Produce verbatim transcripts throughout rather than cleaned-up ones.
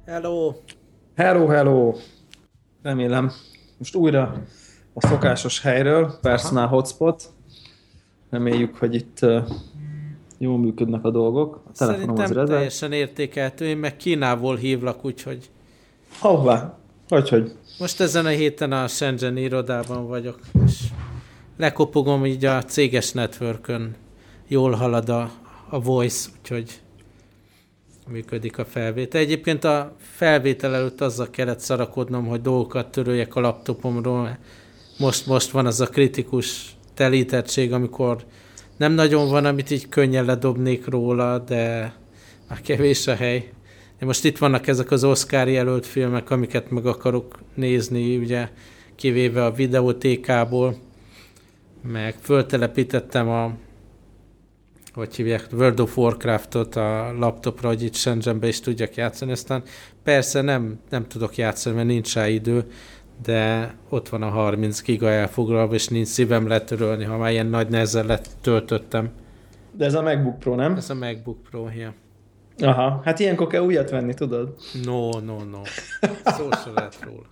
Hello! Hello, hello! Remélem most újra a szokásos helyről, Personal Aha. Hotspot. Reméljük, hogy itt uh, jól működnek a dolgok. A telefonom az Szerintem rezeg. teljesen értékelhető, én meg Kínából hívlak, úgyhogy Hová? Hogyhogy? most ezen a héten a Shenzhen irodában vagyok, és lekopogom így a céges networkön. Jól halad a, a voice, úgyhogy működik a felvétel. Egyébként a felvétel előtt azzal kellett szarakodnom, hogy dolgokat töröljek a laptopomról. Most, most van az a kritikus telítettség, amikor nem nagyon van, amit így könnyen ledobnék róla, de már kevés a hely. Most itt vannak ezek az Oscar jelölt filmek, amiket meg akarok nézni, ugye kivéve a videótékából, meg föltelepítettem a hogy hívják, World of Warcraftot a laptopra, hogy itt Shenzhenbe is tudjak játszani, aztán persze nem, nem tudok játszani, mert nincs rá idő, de ott van a harminc giga elfoglalva, és nincs szívem letörölni, ha már ilyen nagy nehezen letöltöttem. De ez a MacBook Pro, nem? Ez a MacBook Pro, ja. Aha, hát ilyenkor kell újat venni, tudod? No, no, no. Szó se lehet róla.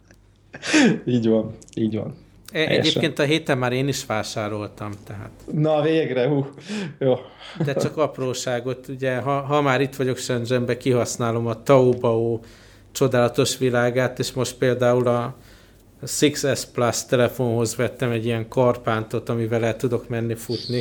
Így van, így van. E- Egyébként a héten már én is vásároltam, tehát. Na végre, hú. Jó. De csak apróságot, ugye, ha, ha már itt vagyok Shenzhenbe, kihasználom a Taobao csodálatos világát, és most például a six S Plus telefonhoz vettem egy ilyen karpántot, amivel el tudok menni futni.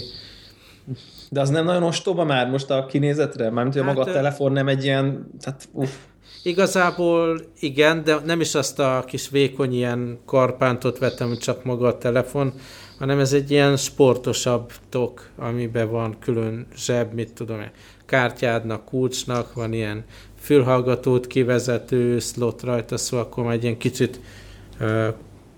De az nem nagyon ostoba már most a kinézetre? Mármint, hogy Hát, maga a telefon nem egy ilyen, tehát uff. Igazából igen, de nem is azt a kis vékony ilyen karpántot vettem, csak maga a telefon, hanem ez egy ilyen sportosabb tok, amiben van külön zseb, mit tudom én, kártyádnak, kulcsnak, van ilyen fülhallgatót kivezető slot rajta, szóval akkor már egy ilyen kicsit ö,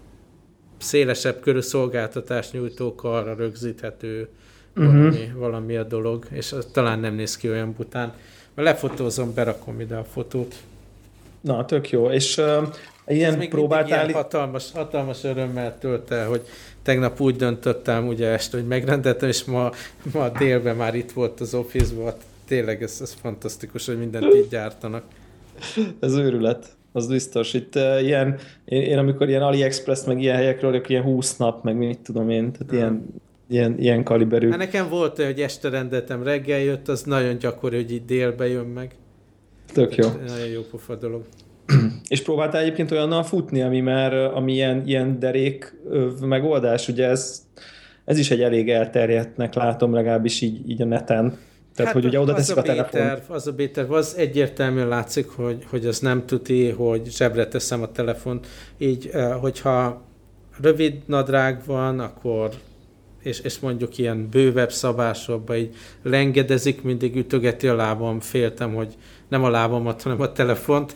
szélesebb körű szolgáltatás nyújtók arra rögzíthető uh-huh. valami, valami a dolog, és az talán nem néz ki olyan bután. Lefotózom, berakom ide a fotót. Na, tök jó. És uh, ilyen próbáltál... Ilyen hatalmas, hatalmas örömmel tölt el, hogy tegnap úgy döntöttem ugye este, hogy megrendeltem, és ma, ma délben már itt volt az Office-ban. Tényleg ez, ez fantasztikus, hogy mindent így gyártanak. Ez őrület. Az biztos. Itt uh, ilyen, én, én amikor ilyen AliExpress meg ilyen helyekről, akkor ilyen húsz nap, meg mit tudom én, tehát ilyen, ilyen, ilyen kaliberű. Hát nekem volt olyan, hogy este rendeltem, reggel jött, az nagyon gyakori, hogy itt délbe jön meg. Tök jó. Tehát nagyon jó pofa dolog. És próbáltál egyébként olyannal futni, ami már ami ilyen, ilyen derék megoldás, ugye ez, ez is egy elég elterjedtnek látom, legalábbis így, így a neten. Tehát, hát hogy ugye oda teszik a, a telefont. Az a B-terv, az egyértelműen látszik, hogy, hogy az nem tuti, hogy zsebre teszem a telefont. Így, hogyha rövid nadrág van, akkor és, és mondjuk ilyen bővebb szabásokban így lengedezik, mindig ütögeti a lábam, féltem, hogy nem a lábamat, hanem a telefont.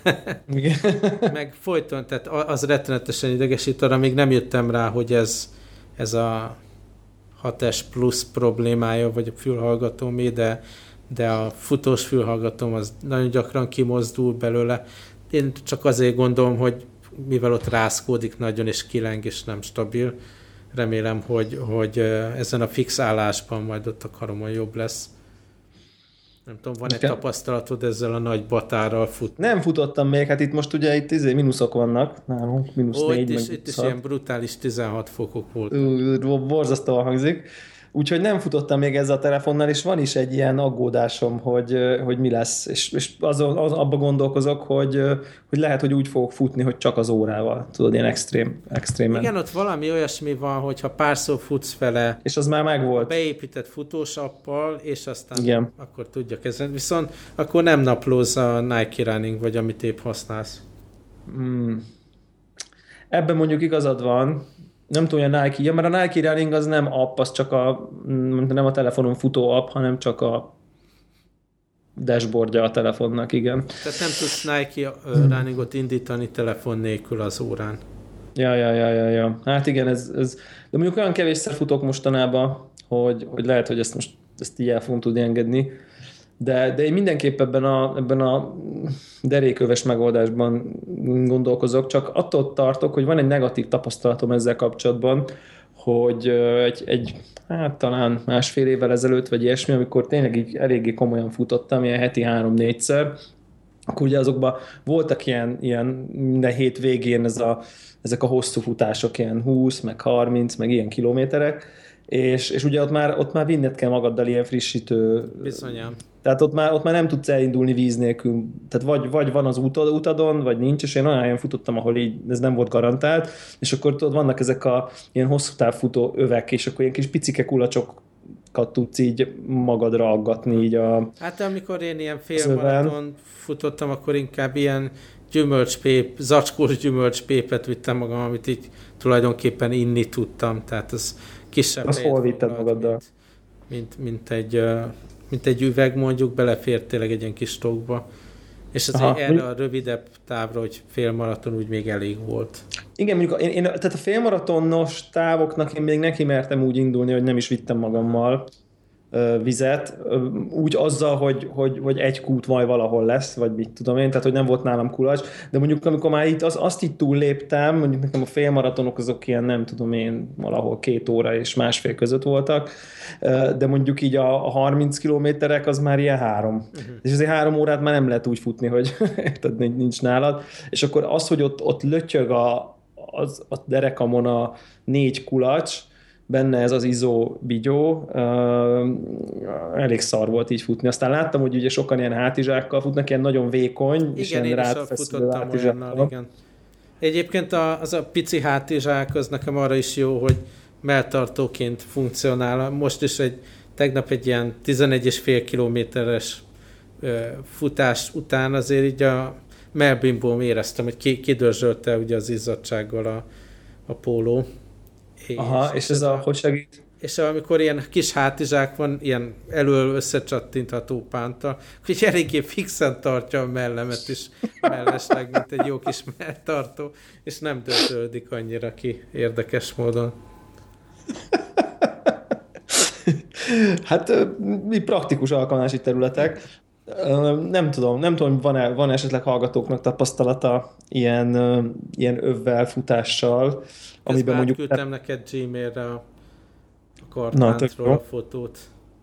Meg folyton, tehát az rettenetesen idegesít, arra még nem jöttem rá, hogy ez, ez a hat S plusz problémája, vagy a fülhallgatómé, de, de a futós fülhallgatóm az nagyon gyakran kimozdul belőle. Én csak azért gondolom, hogy mivel ott rászkódik nagyon, és kileng, és nem stabil, remélem, hogy, hogy ezen a fix állásban majd ott a karomon jobb lesz. Nem tudom, van egy tapasztalatod ezzel a nagy batárral futni? Nem futottam még, hát itt most ugye itt izé mínuszok vannak, nálunk mínusz Ó, négy, itt is, meg itt is ilyen brutális tizenhat fokok volt. Borzasztóan hangzik. Úgyhogy nem futottam még ezzel a telefonnal, és van is egy ilyen aggódásom, hogy, hogy mi lesz. És, és azon, az, abba gondolkozok, hogy, hogy lehet, hogy úgy fogok futni, hogy csak az órával. Tudod, ilyen extrém, extrémen. Igen, ott valami olyasmi van, hogyha párszor futsz vele, és az már megvolt. Beépített futós appal, és aztán igen. Akkor tudja kezelni. Viszont akkor nem naplóz a Nike Running, vagy amit épp használsz. Hmm. Ebben mondjuk igazad van. Nem tudom, hogy a Nike, ja, mert a Nike Running az nem app, az csak a, nem a telefonon futó app, hanem csak a dashboardja a telefonnak, igen. Tehát nem tudsz Nike Runningot indítani telefon nélkül az órán. Ja, ja, ja, ja, ja. Hát igen, ez, ez, de mondjuk olyan kevésszer futok mostanában, hogy, hogy lehet, hogy ezt most ezt így el fogom tudni engedni. De, de én mindenképp ebben a, ebben a deréköves megoldásban gondolkozok, csak attól tartok, hogy van egy negatív tapasztalatom ezzel kapcsolatban, hogy egy, egy hát talán másfél évvel ezelőtt, vagy ilyesmi, amikor tényleg így eléggé komolyan futottam, ilyen heti három-négyszer, akkor ugye azokban voltak ilyen, ilyen minden hét végén ez a, ezek a hosszú futások, ilyen húsz, meg harminc, meg ilyen kilométerek, és, és ugye ott már, ott már vinned kell magaddal ilyen frissítő. Bizonyám. Tehát ott már, ott már nem tudsz elindulni víz nélkül. Tehát vagy, vagy van az utad, utadon, vagy nincs, és én olyan helyen futottam, ahol így ez nem volt garantált, és akkor tudod, vannak ezek a ilyen hosszú távfutó övek, és akkor ilyen kis picike kulacsokat tudsz így magadra aggatni így a... Hát amikor én ilyen félmaraton futottam, akkor inkább ilyen gyümölcspép, zacskós gyümölcspépet vittem magam, amit így tulajdonképpen inni tudtam, tehát az kisebb azt hol vitted magaddal? Mint, mint, mint, egy, mint egy üveg mondjuk, belefért tényleg egy ilyen kis tokba. És azért Aha. erre a rövidebb távra, hogy félmaraton úgy még elég volt. Igen, mondjuk én, én, tehát a félmaratonos távoknak én még neki mertem úgy indulni, hogy nem is vittem magammal vizet, úgy azzal, hogy, hogy, hogy egy kút majd valahol lesz, vagy mit tudom én, tehát hogy nem volt nálam kulacs, de mondjuk amikor már itt az, azt itt túlléptem, mondjuk nekem a félmaratonok azok ilyen, nem tudom én, valahol két óra és másfél között voltak, de mondjuk így a, a harminc kilométerek az már ilyen három. Uh-huh. És azért három órát már nem lehet úgy futni, hogy tehát nincs nálad. És akkor az, hogy ott, ott lötyög a, az, a derekamon a négy kulacs, benne ez az izó bigyó, uh, elég szar volt így futni. Aztán láttam, hogy ugye sokan ilyen hátizsákkal futnak, ilyen nagyon vékony, igen, és ilyen rátfeszülő hátizsákkal. Igen. Egyébként a, az a pici hátizsák az nekem arra is jó, hogy melltartóként funkcionál. Most is egy, tegnap egy ilyen tizenegy és fél kilométeres uh, futás után azért így a mellbimbóm éreztem, hogy ki, kidörzsölte ugye az izzadsággal a, a póló. És Aha, és ez a, hogy segít? És amikor ilyen kis hátizsák van, ilyen elől összecsattintható pánta, akkor így eléggé fixen tartja a mellemet is mellesleg, mint egy jó kis melltartó, és nem döntődik annyira ki érdekes módon. Hát mi praktikus alkalmazási területek. Nem tudom, nem tudom, van-e, van esetleg hallgatóknak tapasztalata ilyen, ilyen övvel, futással, amiben mondjuk... Küldtem neked Gmailre a kartántról a fotót.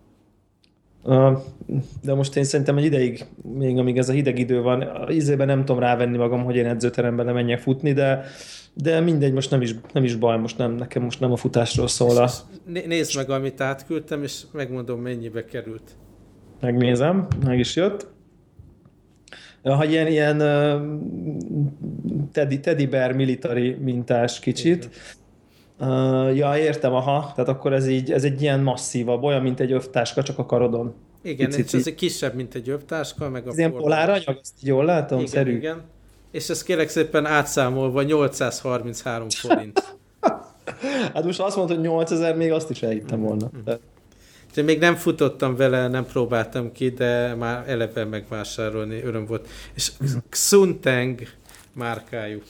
De most én szerintem egy ideig, még amíg ez a hideg idő van, ízében nem tudom rávenni magam, hogy én edzőteremben nem menjek futni, de, de mindegy, most nem is, nem is baj, most nem, nekem most nem a futásról szól. A... Nézd meg, amit átküldtem, és megmondom, mennyibe került. Megnézem, meg is jött. Ha ilyen, ilyen uh, teddy, teddy bear military mintás kicsit. Uh, ja, értem, aha. Tehát akkor ez így, ez egy ilyen masszívabb, olyan, mint egy övtáska, csak a karodon. Igen, és ez egy kisebb, mint egy övtáska, meg a ez ilyen poláranyag, azt jól látom, igen, szerű. Igen, és ez kérlek szépen átszámolva nyolcszázharminchárom forint. Hát most azt mondod, hogy nyolcezer, még azt is elhittem volna. Mm-hmm. De még nem futottam vele, nem próbáltam ki, de már eleve megvásárolni öröm volt. És Xunteng márkájú.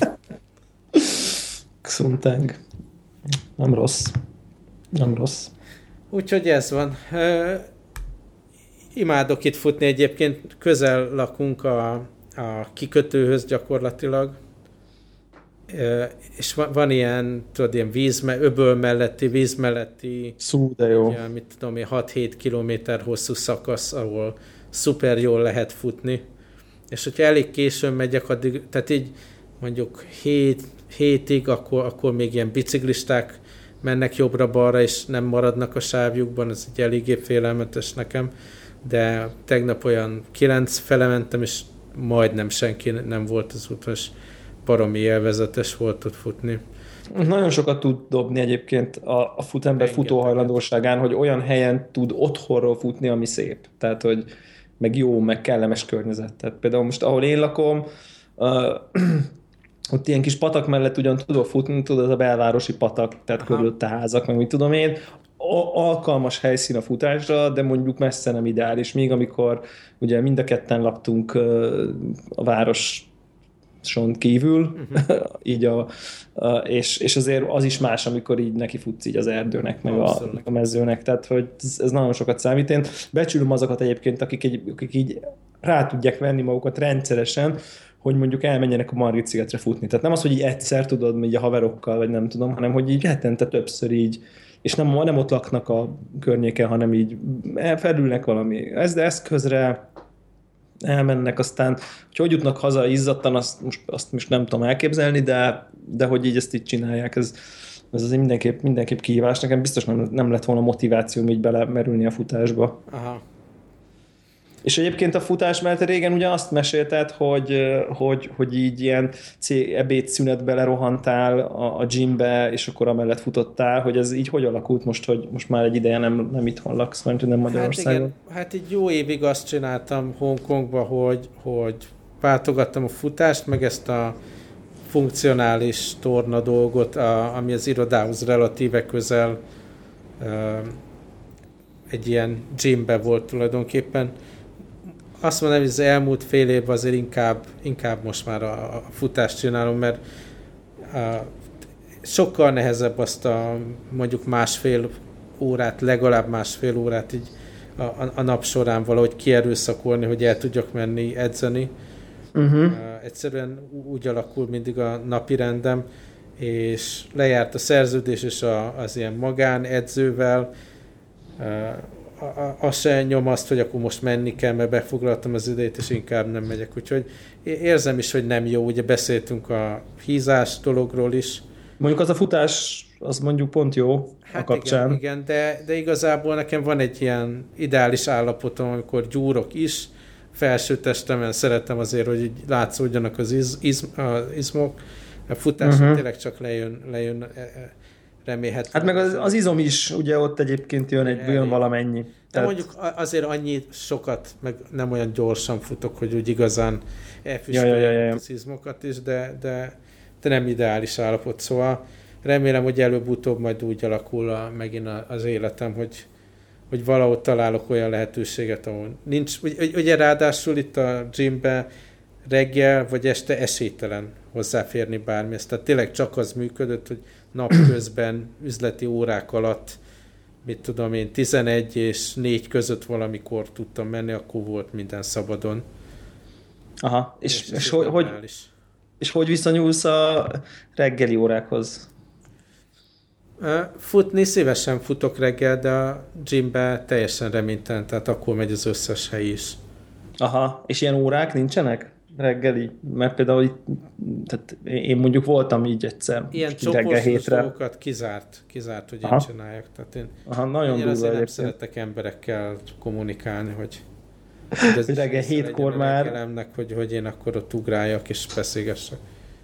Xunteng. Nem rossz. Nem rossz. Úgyhogy ez van. Imádok itt futni egyébként. Közel lakunk a, a kikötőhöz gyakorlatilag. És van, van ilyen, tudod, ilyen víz, öböl melletti, víz melletti, Szú, de jó. Ilyen, mit tudom én, hat-hét kilométer hosszú szakasz, ahol szuper jól lehet futni. És hogyha elég későn megyek, addig, tehát így mondjuk hét, hétig, akkor, akkor még ilyen biciklisták mennek jobbra-balra, és nem maradnak a sávjukban, ez egy eléggé félelmetes nekem, de tegnap olyan kilenc fele mentem, és majdnem senki nem volt az úton, és baromi élvezetes volt ott futni. Nagyon sokat tud dobni egyébként a, a futember futóhajlandóságán, hogy olyan helyen tud otthonról futni, ami szép. Tehát, hogy meg jó, meg kellemes környezet. Tehát például most, ahol én lakom, uh, ott ilyen kis patak mellett ugyan tudok futni, tudod, az a belvárosi patak, tehát körülötte házak, meg mit tudom én, a- alkalmas helyszín a futásra, de mondjuk messze nem ideális. Még amikor ugye mind a ketten laktunk uh, a város kívül, uh-huh. így a, a, és, és azért az is más, amikor így neki futsz így az erdőnek, meg a, meg a mezőnek, tehát hogy ez, ez nagyon sokat számít. Én becsülöm azokat egyébként, akik, egy, akik így rá tudják venni magukat rendszeresen, hogy mondjuk elmenjenek a Margit-szigetre futni. Tehát nem az, hogy így egyszer tudod, így a haverokkal, vagy nem tudom, hanem hogy így hetente többször így, és nem, nem ott laknak a környéken, hanem így felülnek valami eszközre, elmennek, aztán hogy hogy jutnak haza izzadtan, azt most, azt most nem tudom elképzelni, de, de hogy így ezt így csinálják, ez, ez azért mindenképp, mindenképp kihívás. Nekem biztos nem, nem lett volna motivációm így belemerülni a futásba. Aha. És egyébként a futás, mert régen ugye azt mesélted, hogy, hogy, hogy így ilyen ebédszünetbe lerohantál a, a gymbe, és akkor amellett futottál, hogy ez így hogy alakult most, hogy most már egy ideje nem, nem itthon laksz, mert nem Magyarországon? Hát igen, hát így jó évig azt csináltam Hongkongban, hogy, hogy váltogattam a futást, meg ezt a funkcionális torna dolgot, a, ami az irodához relatíve közel egy ilyen gymbe volt tulajdonképpen. Azt mondom, hogy az elmúlt fél évben azért inkább, inkább most már a, a futást csinálom, mert a, sokkal nehezebb azt a mondjuk másfél órát, legalább másfél órát így a, a, a nap során valahogy kierőszakolni, hogy el tudjak menni edzeni. Uh-huh. Uh, egyszerűen úgy alakul mindig a napi rendem, és lejárt a szerződés és a, az ilyen magánedzővel, uh, az se nyom azt, hogy akkor most menni kell, mert befoglaltam az idejét, és inkább nem megyek. Úgyhogy érzem is, hogy nem jó. Ugye beszéltünk a hízás dologról is. Mondjuk az a futás, az mondjuk pont jó hát a kapcsán. Igen, igen de, de igazából nekem van egy ilyen ideális állapotom, amikor gyúrok is, felső testemen szeretem azért, hogy így látszódjanak az, iz, iz, az izmok. A futás uh-huh. tényleg csak lejön, lejön remélhetően. Hát meg az, az izom is, ugye ott egyébként jön, egy, jön valamennyi. De Tehát... mondjuk azért annyi sokat, meg nem olyan gyorsan futok, hogy úgy igazán elfüstöljem ja, ja, ja, ja. az izmokat is, de, de, de nem ideális állapot. Szóval remélem, hogy előbb-utóbb majd úgy alakul a, megint az életem, hogy, hogy valahol találok olyan lehetőséget, ahol nincs. Ugye ráadásul itt a gymben reggel vagy este esélytelen hozzáférni bármihez. Tehát tényleg csak az működött, hogy napközben, üzleti órák alatt, mit tudom én, tizenegy és négy között valamikor tudtam menni, akkor volt minden szabadon. Aha, és, és, és, hogy, hogy, és hogy viszonyulsz a reggeli órákhoz? Futni szívesen futok reggel, de a gymbe teljesen reménytelen, tehát akkor megy az összes hely is. Aha, és ilyen órák nincsenek? Reggeli, mert például itt, tehát én mondjuk voltam így egyszer. Ilyen csoportos dolgokat kizárt, kizárt, hogy Aha. én csináljak. Tehát én Aha, nagyon durva azért nem szeretek emberekkel kommunikálni, hogy, hogy ez reggel hétkor már... Reggelemnek, hogy, hogy én akkor ott ugráljak és beszélgessek.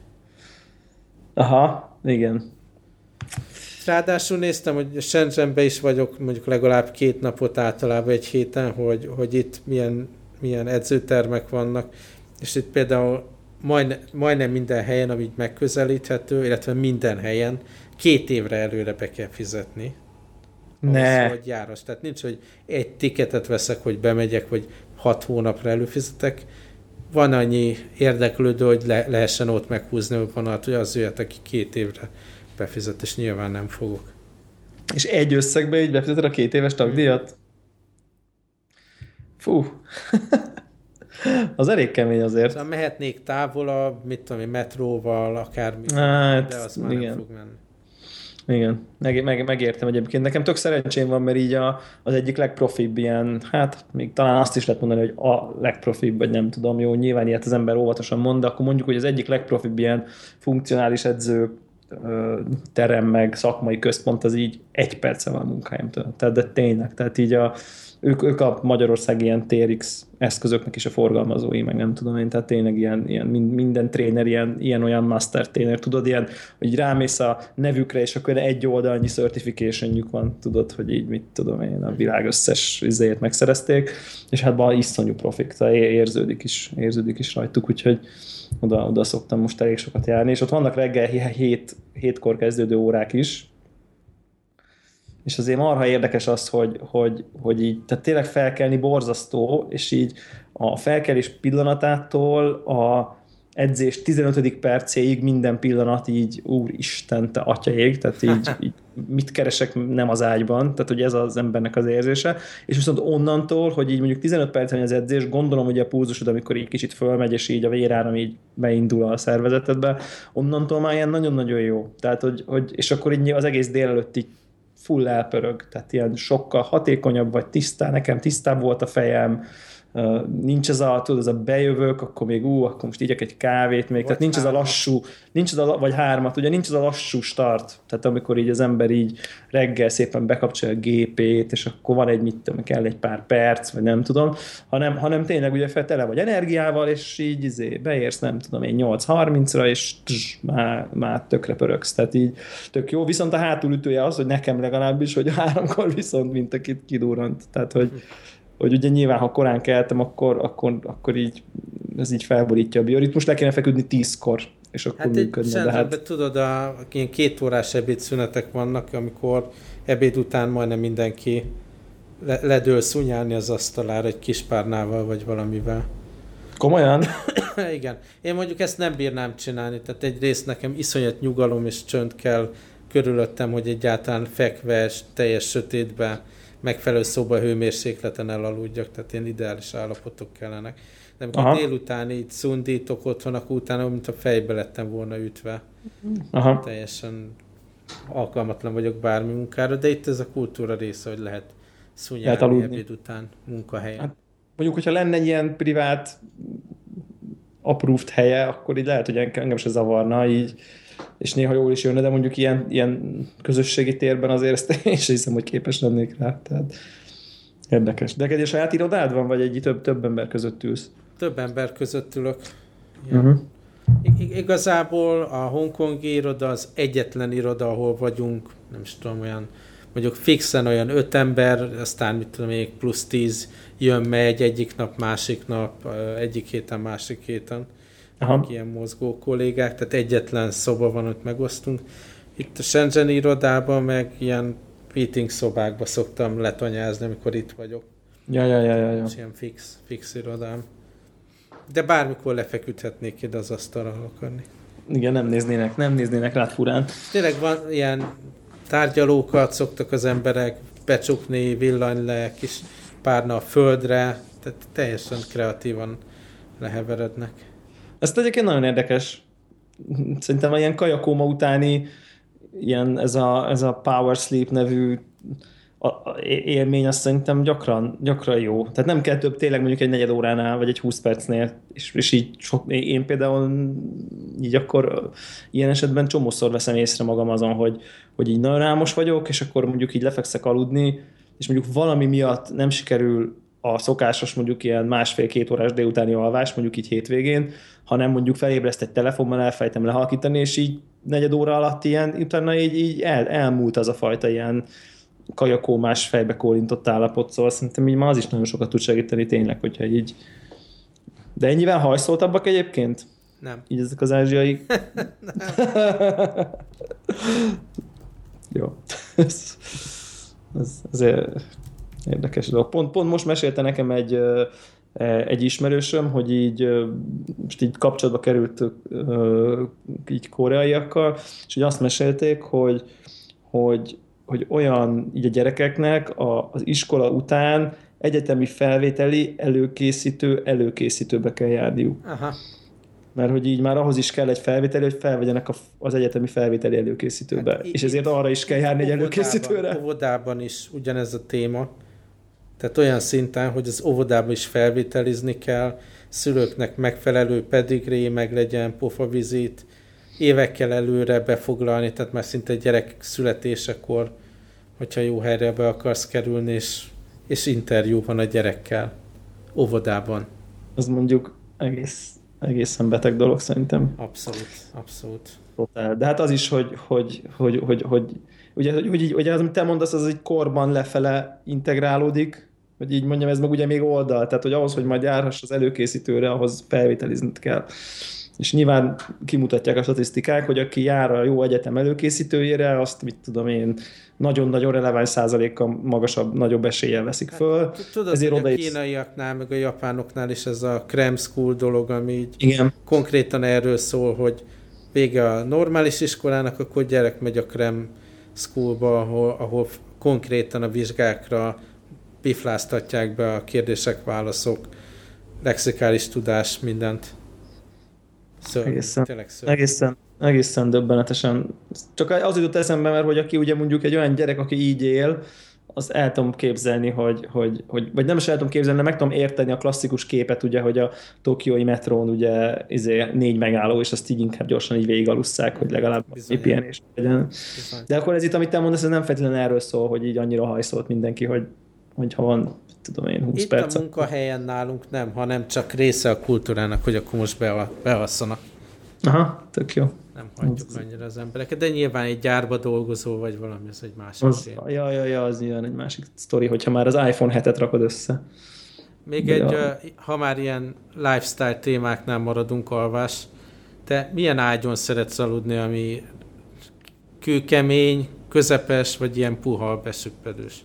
Aha, igen. Ráadásul néztem, hogy Shenzhenben is vagyok mondjuk legalább két napot általában egy héten, hogy, hogy itt milyen, milyen edzőtermek vannak, és itt például majdne, majdnem minden helyen, ami megközelíthető, illetve minden helyen két évre előre be kell fizetni. Ne. Ahhoz, hogy járos. Tehát nincs, hogy egy tiketet veszek, hogy bemegyek, vagy hat hónapra előfizetek. Van annyi érdeklődő, hogy le, lehessen ott meghúzni a vonat, hogy az jöhet, aki két évre befizet, és nyilván nem fogok. És egy összegbe így befizeted a két éves tagdíjat? Fú. Az elég kemény azért. Szóval mehetnék távolabb, mit tudom én, metróval, akármi, hát, de az már igen. nem fog menni. Igen, meg, meg, megértem egyébként. Nekem tök szerencsém van, mert így a, az egyik legprofibb ilyen, hát még talán azt is lehet mondani, hogy a legprofibb, vagy nem tudom, jó, nyilván ilyet az ember óvatosan mond, de akkor mondjuk, hogy az egyik legprofibb ilyen funkcionális edző terem meg szakmai központ az így egy perce van a munkáimtól. Tehát de tényleg, tehát így a Ők, ők a Magyarország ilyen té er iksz eszközöknek is a forgalmazói, meg nem tudom én, tehát tényleg ilyen, ilyen minden tréner, ilyen, ilyen olyan master tréner, tudod, ilyen, hogy rámész a nevükre, és akkor egy oldalnyi certificationjük van, tudod, hogy így mit tudom én, a világ összes izéjét megszerezték, és hát van iszonyú profik, tehát érződik is, érződik is rajtuk, úgyhogy oda, oda szoktam most elég sokat járni, és ott vannak reggel hét, hétkor kezdődő órák is, és azért marha érdekes az, hogy, hogy, hogy így, tehát tényleg felkelni borzasztó, és így a felkelés pillanatától a edzés tizenötödik percéig minden pillanat így, úristen, te atyaég, tehát így, így mit keresek nem az ágyban, tehát hogy ez az embernek az érzése, és viszont onnantól, hogy így mondjuk tizenöt percen az edzés, gondolom, hogy a pulzusod, amikor így kicsit fölmegy, és így a véráram így beindul a szervezetedbe, onnantól már ilyen nagyon-nagyon jó. Tehát, hogy, hogy és akkor így az egész délelőtt így full elpörög, tehát ilyen sokkal hatékonyabb vagy tisztán, nekem tisztább volt a fejem, nincs ez a, tudod, ez a bejövök, akkor még ú, akkor most igyek egy kávét még, vagy tehát nincs hármat. Ez a lassú, nincs ez a, vagy hármat, ugye nincs ez a lassú start, tehát amikor így az ember így reggel szépen bekapcsolja a gépét, és akkor van egy, mit tudom, kell egy pár perc, vagy nem tudom, hanem, hanem tényleg ugye fel tele vagy energiával, és így izé, beérsz, nem tudom én, nyolc harmincra, és tss, már, már tökre pöröksz, tehát így tök jó, viszont a hátulütője az, hogy nekem legalábbis, hogy háromkor viszont mint akit kidurrant, tehát hogy hogy ugye nyilván, ha korán keltem, akkor, akkor, akkor így, ez így felborítja a bioritmus, le kéne feküdni tízkor, és akkor hát működne. De hát tudod, a, ilyen két órás ebédszünetek vannak, amikor ebéd után majdnem mindenki le, ledől szunyálni az asztalára egy kis párnával, vagy valamivel. Komolyan? Igen. Én mondjuk ezt nem bírnám csinálni, tehát egyrészt nekem iszonyat nyugalom és csönd kell körülöttem, hogy egyáltalán fekve, teljes sötétben megfelelő szoba hőmérsékleten elaludjak, tehát ilyen ideális állapotok kellenek. De amikor Aha. délután így szundítok otthon, akkor utána, mint a fejbe lettem volna ütve. Aha. Teljesen alkalmatlan vagyok bármi munkára, de itt ez a kultúra része, hogy lehet szunyálni ebéd után munkahelyen. Hát, mondjuk, hogyha lenne ilyen privát approved helye, akkor így lehet, hogy engem se zavarna, így és néha jól is jönne, de mondjuk ilyen, ilyen közösségi térben azért ezt én sem hiszem, hogy képes lennék rá. Tehát érdekes. De egy saját irodád van, vagy egy több, több ember között ülsz? Több ember között ülök. Uh-huh. I- igazából a hongkongi iroda az egyetlen iroda, ahol vagyunk, nem is tudom, olyan, mondjuk fixen olyan öt ember, aztán mit tudom, még plusz tíz jön, megy egyik nap, másik nap, egyik héten, másik héten. Aha. Ilyen mozgó kollégák, tehát egyetlen szoba van, ott megosztunk. Itt a Shenzhen irodában meg ilyen meeting szobákba szoktam letanyázni, amikor itt vagyok. Ja, ja, ja, ja. ja. Ilyen fix, fix irodám. De bármikor lefeküdhetnék ide az asztalra, ha akarni. Igen, nem néznének, nem néznének rád furán. Tényleg van ilyen tárgyalókat szoktak az emberek becsukni, villany le, kis párna a földre, tehát teljesen kreatívan leheverednek. Ez egyébként nagyon érdekes. Szerintem ilyen kajakóma utáni ilyen ez a, ez a Power Sleep nevű a, a, élmény, azt szerintem gyakran, gyakran jó. Tehát nem kell több, tényleg mondjuk egy negyed óránál, vagy egy húsz percnél, és, és így sok, én például így akkor ilyen esetben csomószor veszem észre magam azon, hogy, hogy így nagyon álmos vagyok, és akkor mondjuk így lefekszek aludni, és mondjuk valami miatt nem sikerül a szokásos mondjuk ilyen másfél-két órás délutáni alvás, mondjuk így hétvégén, hanem mondjuk felébreszt egy telefonban, elfejtem lehalkítani, és így negyed óra alatt ilyen, utána így, így el, elmúlt az a fajta ilyen kajakómás, fejbe kólintott állapot, szóval szerintem így már az is nagyon sokat tud segíteni tényleg, hogyha így... De ennyivel hajszoltabbak egyébként? Nem. Így ezek az ázsiai... Jó. ez, ez, azért érdekes dolog. Pont, pont most mesélte nekem egy, egy ismerősöm, hogy így most így kapcsolatba került így koreaiakkal, és így azt mesélték, hogy, hogy, hogy olyan így a gyerekeknek a, az iskola után egyetemi felvételi előkészítő előkészítőbe kell járniuk. Aha. Mert hogy így már ahhoz is kell egy felvételi, hogy felvegyenek az egyetemi felvételi előkészítőbe. Hát, és ezért arra is kell járni egy előkészítőre. Óvodában is ugyanez a téma. Tehát olyan szinten, hogy az óvodában is felvételizni kell, szülőknek megfelelő pedigré, meg legyen pofavizit, évekkel előre befoglalni, tehát már szinte gyerek születésekor, hogyha jó helyre be akarsz kerülni, és, és interjú van a gyerekkel óvodában. Az mondjuk egész, egészen beteg dolog szerintem. Abszolút, abszolút. Totál. De hát az is, hogy, hogy, hogy, hogy, hogy ugye, hogy, hogy, ugye az, amit te mondasz, az egy korban lefele integrálódik, hogy így mondjam, ez meg ugye még oldal, tehát hogy ahhoz, hogy majd járhass az előkészítőre, ahhoz felvételizned kell. És nyilván kimutatják a statisztikák, hogy aki jár a jó egyetem előkészítőjére, azt mit tudom én, nagyon-nagyon releváns százalékkal magasabb, nagyobb eséllyel veszik föl. Hát, tudod, ezért hogy a kínaiaknál, meg a japánoknál is ez a cram school dolog, ami így igen. Konkrétan erről szól, hogy vége a normális iskolának, akkor gyerek megy a cram schoolba, ahol, ahol konkrétan a vizsgákra pifláztatják be a kérdések, válaszok, lexikális tudás, mindent. Szörny, egészen, egészen, egészen döbbenetesen. Csak az jutott eszembe, mert hogy aki ugye mondjuk egy olyan gyerek, aki így él, azt el tudom képzelni, hogy, hogy, hogy, vagy nem is el tudom képzelni, de meg tudom érteni a klasszikus képet, ugye, hogy a tokiói metrón ugye izé, négy megálló, és azt így inkább gyorsan így végigalusszák, hogy legalább egy pihenés legyen. De akkor ez itt, amit te mondasz, ez nem feltétlenül erről szól, hogy így annyira hajszolt mindenki, hogy, hogy ha van, tudom én, húsz itt perc. Itt a munkahelyen nálunk nem, hanem csak része a kultúrának, hogy akkor most bealszanak. Aha, tök jó. Nem hagyjuk annyira az embereket, de nyilván egy gyárba dolgozó, vagy valami, ez egy másik az, ja, ja, ja, az nyilván egy másik sztori, hogyha már az iPhone hetet rakod össze. Még de egy, ja. Ha már ilyen lifestyle témáknál maradunk, alvás, te milyen ágyon szeretsz aludni, ami kőkemény, közepes, vagy ilyen puha, besüppedős?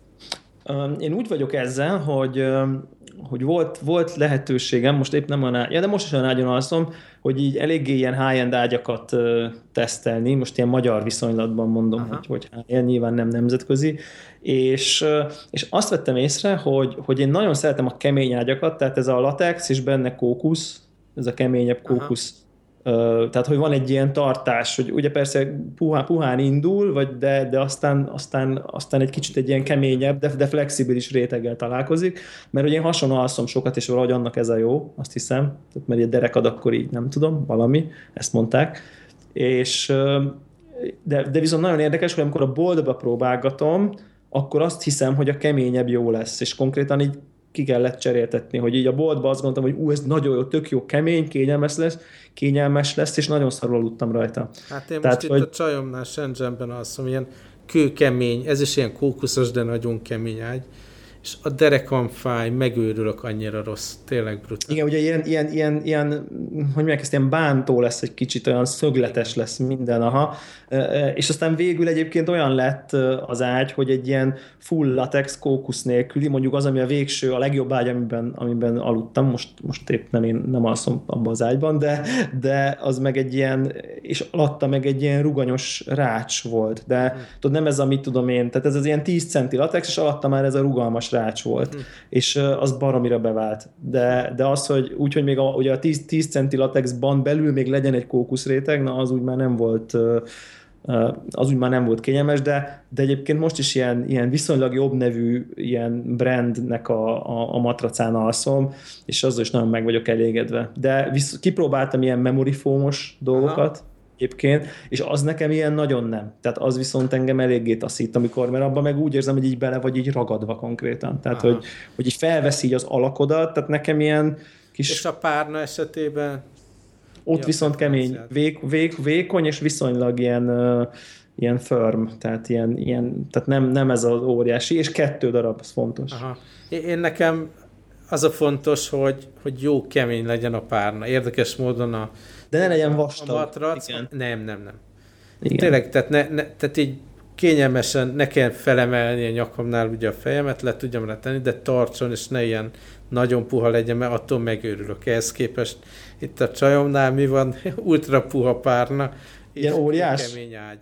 Én úgy vagyok ezzel, hogy, hogy volt, volt lehetőségem, most épp nem olyan ágy, ja, de most is olyan ágyon alszom, hogy így eléggé ilyen high-end ágyakat tesztelni, most ilyen magyar viszonylatban mondom, Aha. hogy, hogy high-end, nyilván nem nemzetközi, és, és azt vettem észre, hogy, hogy én nagyon szeretem a kemény ágyakat, tehát ez a latex, és benne kókusz, ez a keményebb kókusz, Aha. Tehát, hogy van egy ilyen tartás, hogy ugye persze puhán, puhán indul, vagy de, de aztán, aztán, aztán egy kicsit egy ilyen keményebb, de, de flexibilis réteggel találkozik, mert ugye én hasonló alszom sokat, és valahogy annak ez a jó, azt hiszem, tehát mert egy derekad akkor így nem tudom, valami, ezt mondták, és de, de viszont nagyon érdekes, hogy amikor a boltba próbálgatom, akkor azt hiszem, hogy a keményebb jó lesz, és konkrétan így ki kellett cseréltetni, hogy így a boltban azt gondoltam, hogy ú, ez nagyon jó, tök jó, kemény, kényelmes lesz, kényelmes lesz, és nagyon szarul aludtam rajta. Hát én Tehát, most hogy... itt a csajomnál Shenzhenben alszom, ilyen kőkemény, ez is ilyen kókuszos, de nagyon kemény ágy, és a derekam fáj, megőrülök, annyira rossz, tényleg brutál. Igen, ugye ilyen, ilyen, ilyen, ilyen hogy mondják, ezt ilyen bántó lesz egy kicsit, olyan szögletes lesz minden, aha. És aztán végül egyébként olyan lett az ágy, hogy egy ilyen full latex kókusz nélküli, mondjuk az, ami a végső, a legjobb ágy, amiben, amiben aludtam, most, most épp nem, én nem alszom abban az ágyban, de, de az meg egy ilyen, és alatta meg egy ilyen ruganyos rács volt, de hmm. tudod, nem ez a mit tudom én, tehát ez az ilyen tíz centi latex, és alatta már ez a rugalmas rács volt, hmm. és az baromira bevált. De, de az, hogy úgy, hogy még a, ugye a tíz, tíz centi latexban belül még legyen egy kókuszréteg, na az úgy már nem volt az úgy már nem volt kényelmes, de, de egyébként most is ilyen, ilyen viszonylag jobb nevű ilyen brandnek a, a, a matracán alszom, és azzal is nagyon meg vagyok elégedve. De visz, kipróbáltam ilyen memory foam-os dolgokat, Aha. egyébként, és az nekem ilyen nagyon nem. Tehát az viszont engem eléggé taszít, amikor, mert abban meg úgy érzem, hogy így bele vagy így ragadva konkrétan. Tehát, hogy, hogy így felvesz így az alakodat, tehát nekem ilyen kis... És a párna esetében? Ott ja, viszont kemény, vég, vég, vékony, és viszonylag ilyen, uh, ilyen firm, tehát, ilyen, ilyen, tehát nem, nem ez az óriási, és kettő darab, ez fontos. Aha. Én nekem az a fontos, hogy, hogy jó kemény legyen a párna. Érdekes módon a de ne legyen vastag. A matrac, igen. Nem, nem, nem. Igen. Tényleg, tehát, ne, ne, tehát így kényelmesen ne kell felemelni a nyakamnál ugye a fejemet, le tudjam rá tenni, de tartson, és ne ilyen nagyon puha legyen, mert attól megőrülök. Ehhez képest itt a csajomnál mi van? Ultra puha párna. Ilyen óriás? Kemény ágy.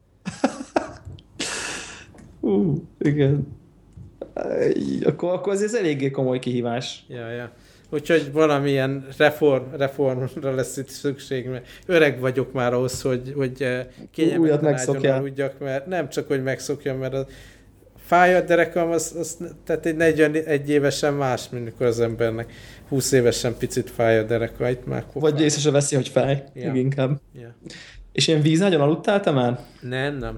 uh, igen. Akkor, akkor ez, ez eléggé komoly kihívás. Ja, ja. Úgyhogy valamilyen reform, reformra lesz itt szükség, mert öreg vagyok már ahhoz, hogy, hogy kényelmetlen ágyon aludjak, mert nem csak, hogy megszokjam, mert a fáj a derekam, az, az, tehát egy negyvenegy évesen más, mint mikor az embernek húsz évesen picit fáj a dereka. Itt már vagy észre se veszi, hogy fáj, ja. inkább. Ja. És ilyen vízágyon aludtál te már? Nem, nem.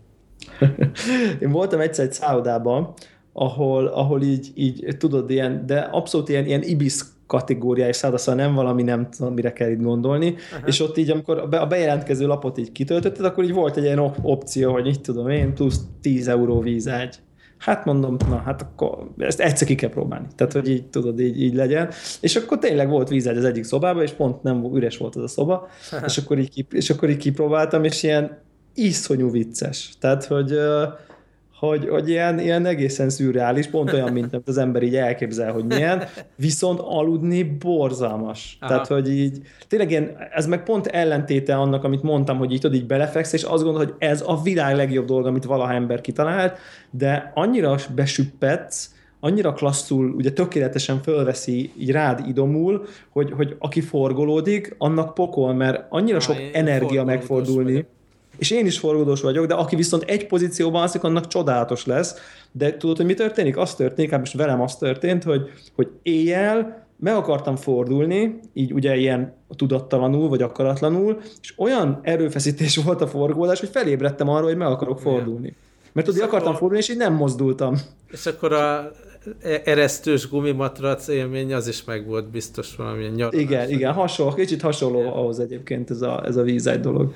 Én voltam egyszer egy szállodában, ahol, ahol így, így, tudod, ilyen, de abszolút ilyen, ilyen ibisz kategóriáis szálloda, szóval nem valami, nem tudom, mire kell itt gondolni, Aha. és ott így, amikor a bejelentkező lapot így kitöltötted, akkor így volt egy ilyen op- opció, hogy így tudom én, plusz tíz euró vízágy. Hát mondom, na hát akkor ezt egyszer ki kell próbálni. Tehát, hogy így tudod, így, így legyen. És akkor tényleg volt vízágy az egyik szobában, és pont nem üres volt az a szoba, és akkor, így, és akkor így kipróbáltam, és ilyen iszonyú vicces. Tehát, hogy hogy, hogy ilyen, ilyen egészen szürreális, pont olyan, mint az ember így elképzel, hogy milyen, viszont aludni borzalmas. Aha. Tehát, hogy így, tényleg ilyen, ez meg pont ellentéte annak, amit mondtam, hogy így tudod, így belefeksz, és azt gondolod, hogy ez a világ legjobb dolga, amit valaha ember kitalált, de annyira besüppedsz, annyira klasszul, ugye tökéletesen fölveszi, így rád idomul, hogy, hogy aki forgolódik, annak pokol, mert annyira sok energia megfordulni. és én is forgódós vagyok, de aki viszont egy pozícióban alszik, annak csodálatos lesz. De tudod, hogy mi történik? Az történik, hát most velem az történt, hogy, hogy éjjel meg akartam fordulni, így ugye ilyen tudattalanul, vagy akaratlanul, és olyan erőfeszítés volt a forgódás, hogy felébredtem arról, hogy meg akarok fordulni. Mert tudod, akartam akkor... fordulni, és így nem mozdultam. És akkor a eresztős gumimatrac élmény az is meg volt biztos valamilyen nyaralás. Igen, igen, hasonló, kicsit hasonló igen. ahhoz egyébként ez a, ez a vízágy dolog.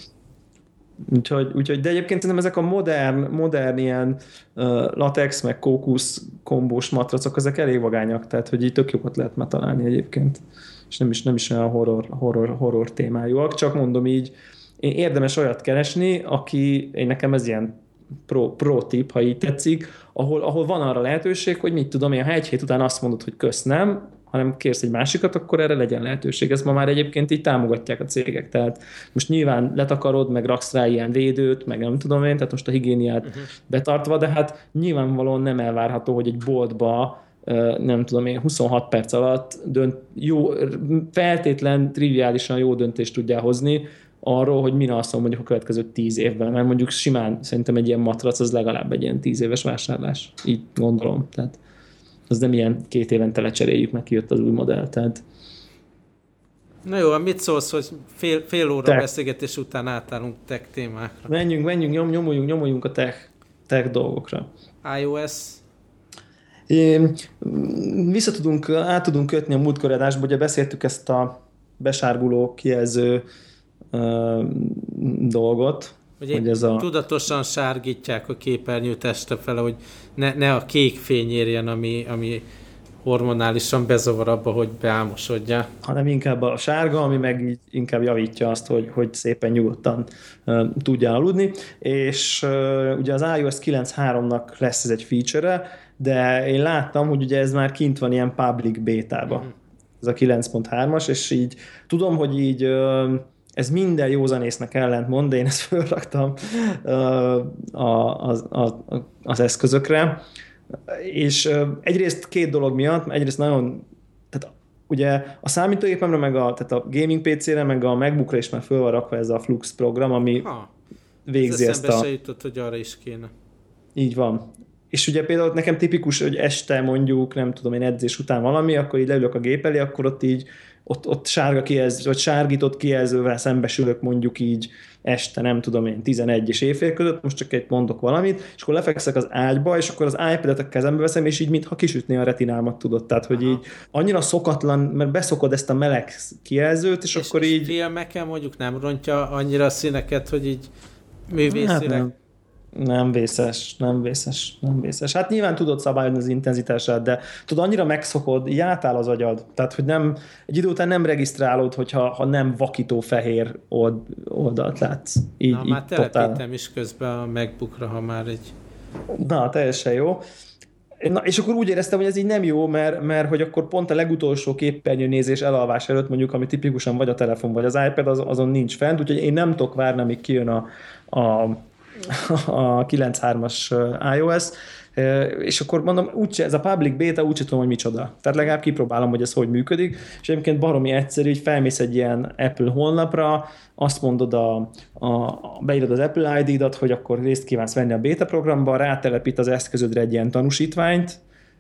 Úgyhogy, úgyhogy, de egyébként szerintem ezek a modern, modern ilyen uh, latex, meg kókusz kombós matracok, ezek elég vagányak, tehát hogy így tök jókat lehet már találni egyébként. És nem is, nem is olyan horror, horror, horror témájúak, csak mondom így, én érdemes olyat keresni, aki, én nekem ez ilyen pro, pro tip, ha így tetszik, ahol, ahol van arra lehetőség, hogy mit tudom én, ha egy hét után azt mondod, hogy kösz nem, hanem kérsz egy másikat, akkor erre legyen lehetőség. Ezt ma már egyébként így támogatják a cégek. Tehát most nyilván letakarod, meg raksz rá ilyen védőt, meg nem tudom én, tehát most a higiéniát uh-huh. betartva, de hát nyilvánvalóan nem elvárható, hogy egy boltba nem tudom én, huszonhat perc alatt dönt, jó, feltétlen, triviálisan jó döntést tudjál hozni arról, hogy min alszom mondjuk a következő tíz évben, mert mondjuk simán szerintem egy ilyen matrac az legalább egy ilyen tíz éves vásárlás. Így gondolom. Tehát az nem ilyen két évente lecseréljük, meg kijött az új modell. Tehát... Na jó, mit szólsz, hogy fél, fél óra tech. Beszélgetés után átállunk tech témákra? Menjünk, menjünk, nyom, nyomuljunk, nyomuljunk a tech, tech dolgokra. iOS? É, vissza tudunk, át tudunk kötni a múltkor adásba, ugye beszéltük ezt a besárguló kijelző uh, dolgot. Hogy, hogy ez a... tudatosan sárgítják a képernyőt este fele, hogy ne, ne a kék fény érjen, ami, ami hormonálisan bezavar abba, hogy beálmosodja. Hanem inkább a sárga, ami meg így inkább javítja azt, hogy, hogy szépen nyugodtan uh, tudjál aludni. És uh, ugye az iOS kilenc pont háromnak lesz ez egy feature-e, de én láttam, hogy ugye ez már kint van ilyen public bétában. Mm-hmm. Ez a kilenc pont hármas, és így tudom, hogy így uh, ez minden józanésznek ellentmond, de én ezt fölraktam uh, az, az, az eszközökre. És uh, egyrészt két dolog miatt, egyrészt nagyon, tehát ugye a számítógépemre, meg a, tehát a gaming pé cére, meg a MacBookra is már föl van rakva ez a Flux program, ami ha, végzi ez ezt a... se jutott, hogy arra is kéne. Így van. És ugye például nekem tipikus, hogy este mondjuk, nem tudom én, edzés után valami, akkor így leülök a gép elé, akkor ott így ott, ott sárga kijelző, vagy sárgított kijelzővel szembesülök mondjuk így este, nem tudom én, tizenegy és éjfél között, most csak egy mondok valamit, és akkor lefekszek az ágyba, és akkor az iPad-et a kezembe veszem, és így mintha kisütné a retinámat, tudod. Tehát, hogy aha. így annyira szokatlan, mert beszokod ezt a meleg kijelzőt, és, és akkor így... És filmeken mondjuk nem rontja annyira a színeket, hogy így művészileg... Hát Nem vészes, nem vészes, nem vészes. Hát nyilván tudod szabályozni az intenzitását, de tudod, annyira megszokod, így átáll az agyad. Tehát, hogy nem, egy idő után nem regisztrálod, hogyha ha nem vakító fehér old, oldalt látsz. Így, Na, így már telepítem is közben a MacBookra, ha már egy... Na, teljesen jó. Na, és akkor úgy éreztem, hogy ez így nem jó, mert, mert hogy akkor pont a legutolsó képernyőnézés elalvás előtt mondjuk, ami tipikusan vagy a telefon, vagy az iPad, az, azon nincs fent, úgyhogy én nem tudok várni, amíg kijön a, a a kilenc pont hármas iOS, és akkor mondom, úgyse, ez a public beta, úgy tudom, hogy micsoda. Tehát legalább kipróbálom, hogy ez hogy működik, és egyébként baromi egyszerű, hogy felmész egy ilyen Apple honlapra, azt mondod, a, a, beírod az Apple i dé-dat, hogy akkor részt kívánsz venni a beta programba, rátelepít az eszközödre egy ilyen tanúsítványt,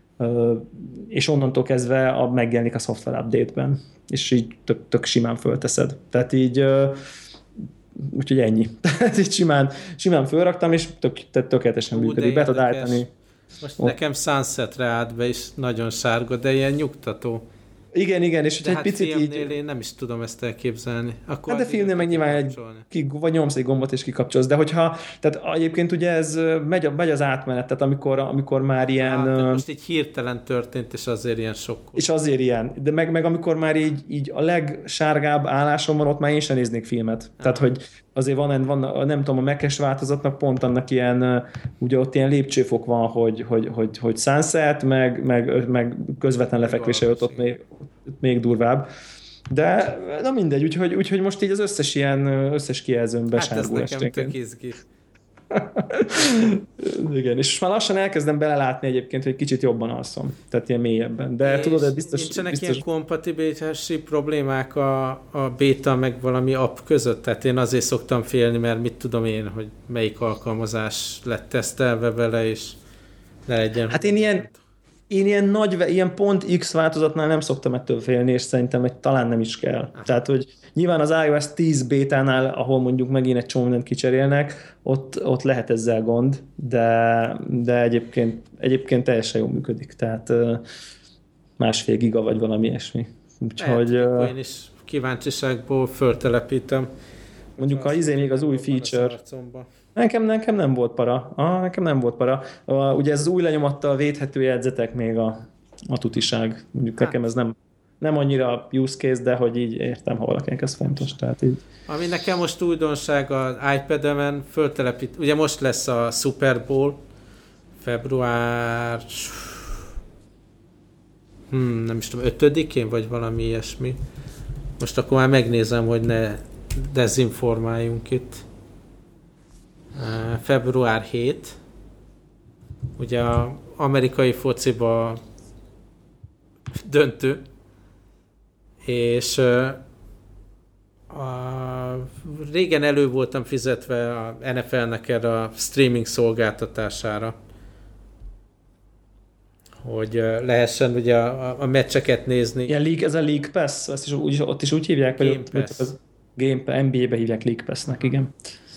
és onnantól kezdve a, megjelenik a software update-ben, és így tök, tök simán fölteszed. Tehát így úgyhogy ennyi. Tehát így simán, simán fölraktam, és tök, tökéletesen Ú, működik. Be tudod állítani. Most ott. Nekem Sunsetre állt be, és nagyon sárga, de ilyen nyugtató. Igen, igen, és de egy hát picit így... én nem is tudom ezt elképzelni. Akkor hát de filmnél meg nyilván egy, ki, vagy nyomsz egy gombot és kikapcsolsz, de hogyha, tehát egyébként ugye ez megy, megy az átmenet, tehát amikor, amikor már ilyen... Hát, most így hirtelen történt, és azért ilyen sokkol. És azért ilyen, de meg, meg amikor már így, így a legsárgább álláson van, ott már én sem néznék filmet. Aha. Tehát, hogy azért van, van, nem tudom, a Mac-es változatnak pont annak ilyen, ugye ott ilyen lépcsőfok van, hogy, hogy, hogy, hogy sunset, meg, meg, meg közvetlen lefekvése ott, ott még, még durvább. De na mindegy, úgyhogy, úgyhogy most így az összes ilyen összes kijelzőn besárgul esténként. Hát ez nekem tök izgi. Igen, és most már lassan elkezdem belelátni egyébként, hogy kicsit jobban alszom. Tehát ilyen mélyebben. De és tudod, hogy biztos... Nincsenek biztos... ilyen kompatibilitási problémák a, a beta meg valami app között? Tehát én azért szoktam félni, mert mit tudom én, hogy melyik alkalmazás lett tesztelve vele, és ne legyen... Hát én ilyen, én ilyen nagy, ilyen pont X változatnál nem szoktam ettől félni, és szerintem hogy talán nem is kell. Ah. Tehát, hogy nyilván az iOS tíz bétánál, ahol mondjuk megint egy csomó mindent kicserélnek, ott, ott lehet ezzel gond, de, de egyébként, egyébként teljesen jól működik. Tehát másfél giga vagy valami ilyesmi. Úgyhogy... Lehet, én is kíváncsiságból föltelepítem. Mondjuk ha izé még az új feature... Nekem, nekem nem volt para. Ah, nekem nem volt para. Uh, ugye ez az új lenyomattal védhető jegyzetek még a, a tutiság. Mondjuk hát. Nekem ez nem, nem annyira use case, de hogy így értem, ha valakinek ez fontos. Tehát így. Ami nekem most újdonság az iPad-emen föltelepít, ugye most lesz a Super Bowl, február hmm, nem is tudom, ötödikén, vagy valami ilyesmi. Most akkor már megnézem, hogy ne dezinformáljunk itt. február hetedike, ugye az amerikai fociba döntő, és a, régen elő voltam fizetve a en ef el-nek erre a streaming szolgáltatására, hogy lehessen ugye a, a meccseket nézni. Ilyen league, ez a League Pass, ezt is úgy, ott is úgy hívják? Game vagy Pass. Az Game Pass, en bé á-be hívják League Pass-nek, igen.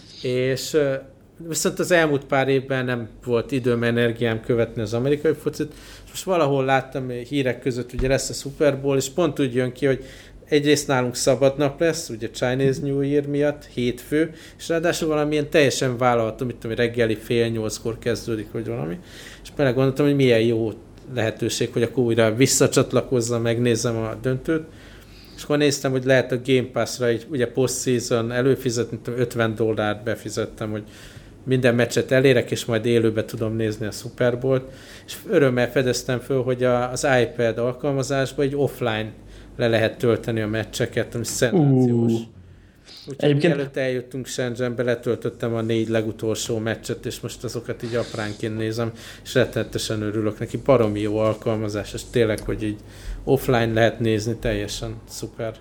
És viszont az elmúlt pár évben nem volt időm, energiám követni az amerikai focit, és most valahol láttam hírek között, ugye lesz a Super Bowl, és pont úgy jön ki, hogy egyrészt nálunk szabadnap lesz, ugye Chinese New Year miatt, hétfő, és ráadásul valamilyen teljesen vállalható, mit tudom, reggeli fél nyolckor kezdődik, vagy valami, és bele gondoltam, hogy milyen jó lehetőség, hogy akkor újra visszacsatlakozzam, megnézem a döntőt, és akkor néztem, hogy lehet a Game Pass-ra így, ugye post-season előfizetni, ötven dollárt befizettem, hogy minden meccset elérek, és majd élőbe tudom nézni a Super Bowl-t, és örömmel fedeztem föl, hogy a, az iPad alkalmazásban egy offline le lehet tölteni a meccseket, ami szenzációs. Uh. Úgyhogy Egyébként... mielőtt eljöttünk Shenzhenbe, letöltöttem a négy legutolsó meccset, és most azokat így apránként nézem, és rettenetesen örülök neki. Baromi jó alkalmazás, és tényleg, hogy így offline lehet nézni, teljesen szuper.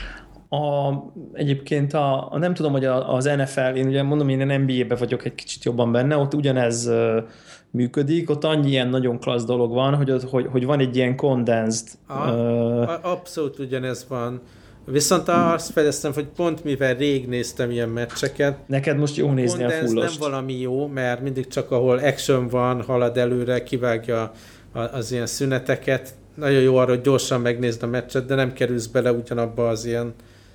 A, egyébként a, a, nem tudom, hogy a, az en ef el, én ugye mondom, én en bé á-be vagyok egy kicsit jobban benne, ott ugyanez uh, működik, ott annyi ilyen nagyon klassz dolog van, hogy, hogy, hogy van egy ilyen condensed... A, uh, abszolút ugyanez van. Viszont azt fedeztem, hogy pont mivel rég néztem ilyen meccseket. Neked most jó nézni a fullost. Nem valami jó, mert mindig csak ahol action van, halad előre, kivágja az ilyen szüneteket. Nagyon jó arra, hogy gyorsan megnézd a meccset, de nem kerülsz bele ugyanabba az ilyen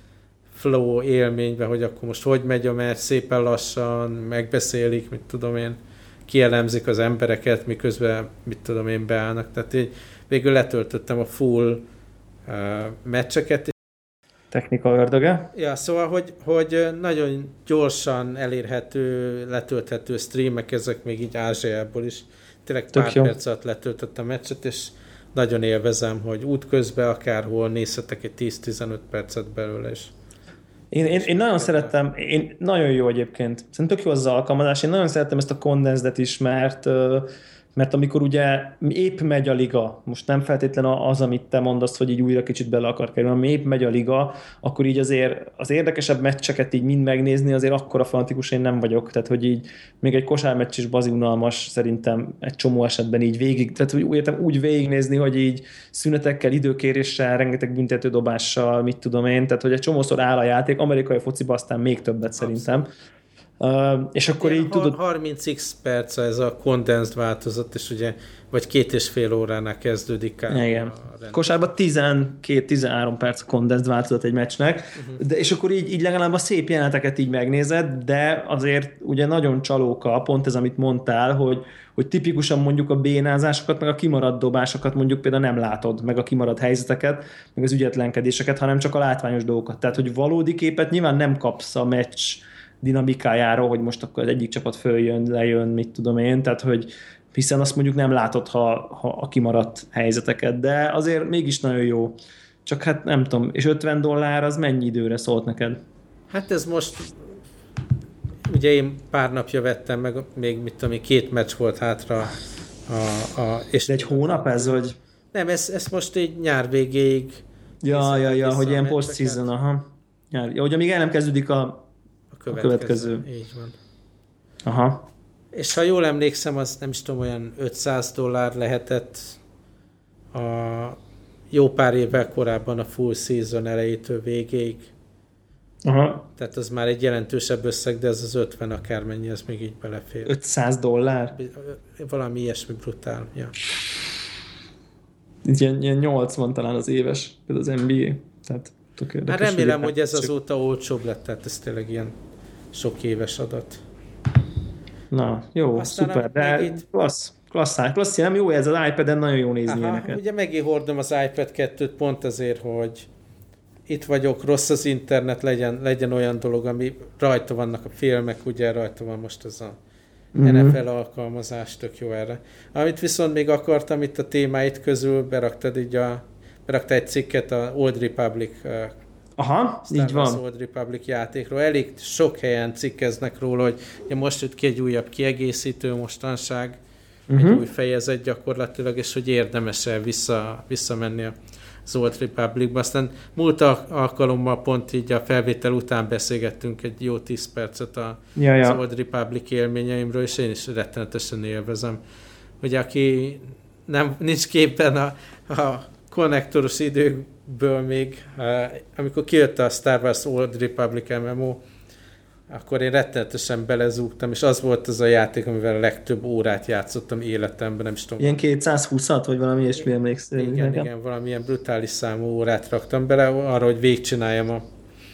flow élménybe, hogy akkor most hogy megy a meccs, szépen lassan, megbeszélik, mit tudom én, kielemzik az embereket, miközben, mit tudom én, beállnak. Tehát így végül letöltöttem a full uh, meccseket. Technika ördöge. Ja, szóval, hogy, hogy nagyon gyorsan elérhető, letölthető streamek, ezek még így Ázsiából is. Tényleg pár perc alatt letöltöttem a meccset, és nagyon élvezem, hogy útközben akárhol nézhetek egy tíz-tizenöt percet belőle is. Én, én, én nagyon szerettem, én nagyon jó egyébként. Szerintem tök jó az alkalmazás. Én nagyon szerettem ezt a condensed-et is, mert mert amikor ugye épp megy a liga, most nem feltétlenül az, amit te mondasz, hogy így újra kicsit bele akar kerülni, ami épp megy a liga, akkor így azért az érdekesebb meccseket így mind megnézni, azért akkora fanatikus én nem vagyok, tehát hogy így még egy kosármeccs is baziunalmas szerintem egy csomó esetben így végig, tehát hogy úgy, értem, úgy végignézni, hogy így szünetekkel, időkéréssel, rengeteg büntetődobással, mit tudom én, tehát hogy egy csomószor áll a játék, amerikai fociba aztán még többet szerintem. Uh, és akkor igen, így tudod... harminc x perc ez a condensed változat, és ugye, vagy két és fél óránál kezdődik el. Igen. Kosárban tizenkét-tizenhárom perc a condensed változat egy meccsnek, uh-huh. de és akkor így, így legalább a szép jeleneteket így megnézed, de azért ugye nagyon csalóka, pont ez, amit mondtál, hogy, hogy tipikusan mondjuk a bénázásokat, meg a kimaradt dobásokat mondjuk például nem látod, meg a kimaradt helyzeteket, meg az ügyetlenkedéseket, hanem csak a látványos dolgokat. Tehát, hogy valódi képet nyilván nem kapsz a meccs dinamikájáról, hogy most akkor az egyik csapat följön, lejön, mit tudom én, tehát hogy hiszen azt mondjuk nem látod, ha, ha a kimaradt helyzeteket, de azért mégis nagyon jó. Csak hát nem tudom, és ötven dollár az mennyi időre szólt neked? Hát ez most ugye én pár napja vettem meg, még mit tudom én, két meccs volt hátra. A, a, és de egy hónap ez, hogy... Nem, ez, ez most így nyár végéig. Ja, ja, ja, hogy ilyen post-season, aha. Nyár. Ja, hogy amíg el nem kezdődik a, a következő. A következő. Így van. Aha. És ha jól emlékszem, az nem is tudom, olyan ötszáz dollár lehetett a jó pár évvel korábban a full season elejétől végéig. Aha. Tehát az már egy jelentősebb összeg, de ez az ötven akármennyi, ez még így belefér. ötszáz dollár? Valami ilyesmi brutál, ja. Ilyen, ilyen nyolcvan talán az éves, például az en bé á. Tehát tök érdekes. Hát remélem, hogy ez azóta olcsóbb lett, tehát ez tényleg ilyen sok éves adat. Na, jó, aztán szuper, de itt... klassz, klassz, klassz, nem jó ez az iPad-en, nagyon jó nézni Aha, ilyeneket. Ugye megint hordom az iPad kettőt pont azért, hogy itt vagyok, rossz az internet, legyen, legyen olyan dolog, ami rajta vannak a filmek, ugye rajta van most ez a mm-hmm. en ef el alkalmazás, tök jó erre. Amit viszont még akartam itt a témáit közül, beraktad így a, beraktad egy cikket a Old Republic Aha, Star így van. Old Republic játékról. Elég sok helyen cikkeznek róla, hogy ja, most jött ki egy újabb kiegészítő mostanság, uh-huh. egy új fejezet gyakorlatilag, és hogy érdemes-e vissza, visszamenni az Old Republicba. Aztán múlt alkalommal pont így a felvétel után beszélgettünk egy jó tíz percet a, ja, ja. az Old Republic élményeimről, és én is rettenetesen élvezem. Hogy aki nem, nincs képben a, a konnektoros időkből még, amikor kijött a Star Wars Old Republic em em o, akkor én rettenetesen belezúgtam, és az volt az a játék, amivel a legtöbb órát játszottam életemben, nem is tudom. Ilyen kétszázhúszat, vagy valami ilyesmi emlékszel? Igen, igen, igen, valamilyen brutális számú órát raktam bele, arra, hogy végigcsináljam a,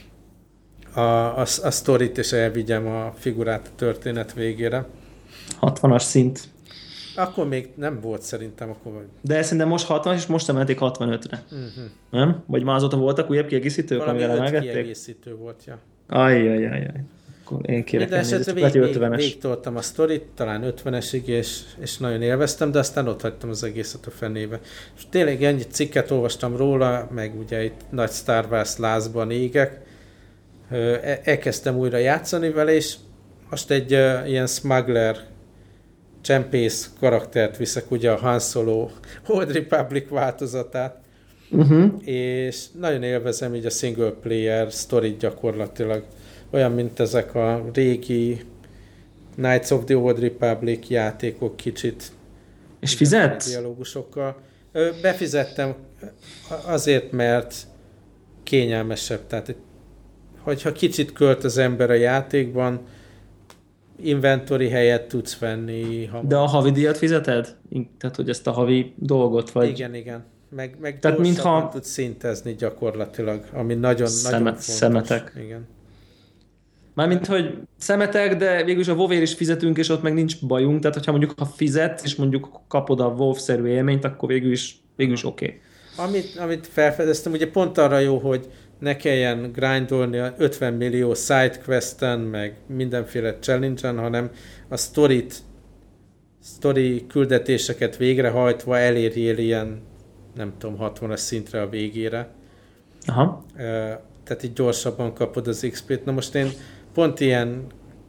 a, a, a sztorit, és elvigyem a figurát a történet végére. hatvanas szint. Akkor még nem volt szerintem. Akkor... De szerintem most hatvan, és most emelték hatvanötre. Uh-huh. Nem? Vagy már azóta voltak újabb kiegészítők, valami amivel emelgették? kiegészítő volt, ja. Ajjajajaj. Akkor én kérek elnézést, vég, vég, végigtoltam a sztorit, talán ötvenesig, és, és nagyon élveztem, de aztán ott hagytam az egészet a fenébe. És tényleg ennyi cikket olvastam róla, meg ugye itt nagy Star Wars lázban égek. Elkezdtem újra játszani vele, és most egy uh, ilyen smuggler, csempész karaktert viszek, ugye a Han Solo Old Republic változatát, uh-huh. és nagyon élvezem így a single player sztorit gyakorlatilag. Olyan, mint ezek a régi Knights of the Old Republic játékok kicsit. És fizetsz? Dialógusokkal. Befizettem azért, mert kényelmesebb. Tehát, hogyha kicsit költ az ember a játékban, inventory helyet tudsz venni. Hamar. De a havi díjat fizeted? Tehát, hogy ezt a havi dolgot vagy? Igen, igen. Meg, meg tehát mintha tudsz szintezni gyakorlatilag, ami nagyon, Szeme, nagyon fontos. Szemetek. Igen. Mármint, hogy szemetek, de végülis a WoW-ért is fizetünk, és ott meg nincs bajunk, tehát hogyha mondjuk ha fizetsz, és mondjuk kapod a WoW-szerű élményt, akkor végül is, végül is oké. Okay. Amit, amit felfedeztem, ugye pont arra jó, hogy ne kelljen grindolni a ötven millió sidequesten, meg mindenféle challenge-en, hanem a sztorit, sztori küldetéseket végrehajtva elérjél ilyen, nem tudom, hatvanas szintre a végére. Aha. Tehát így gyorsabban kapod az iksz pét. Na most én pont ilyen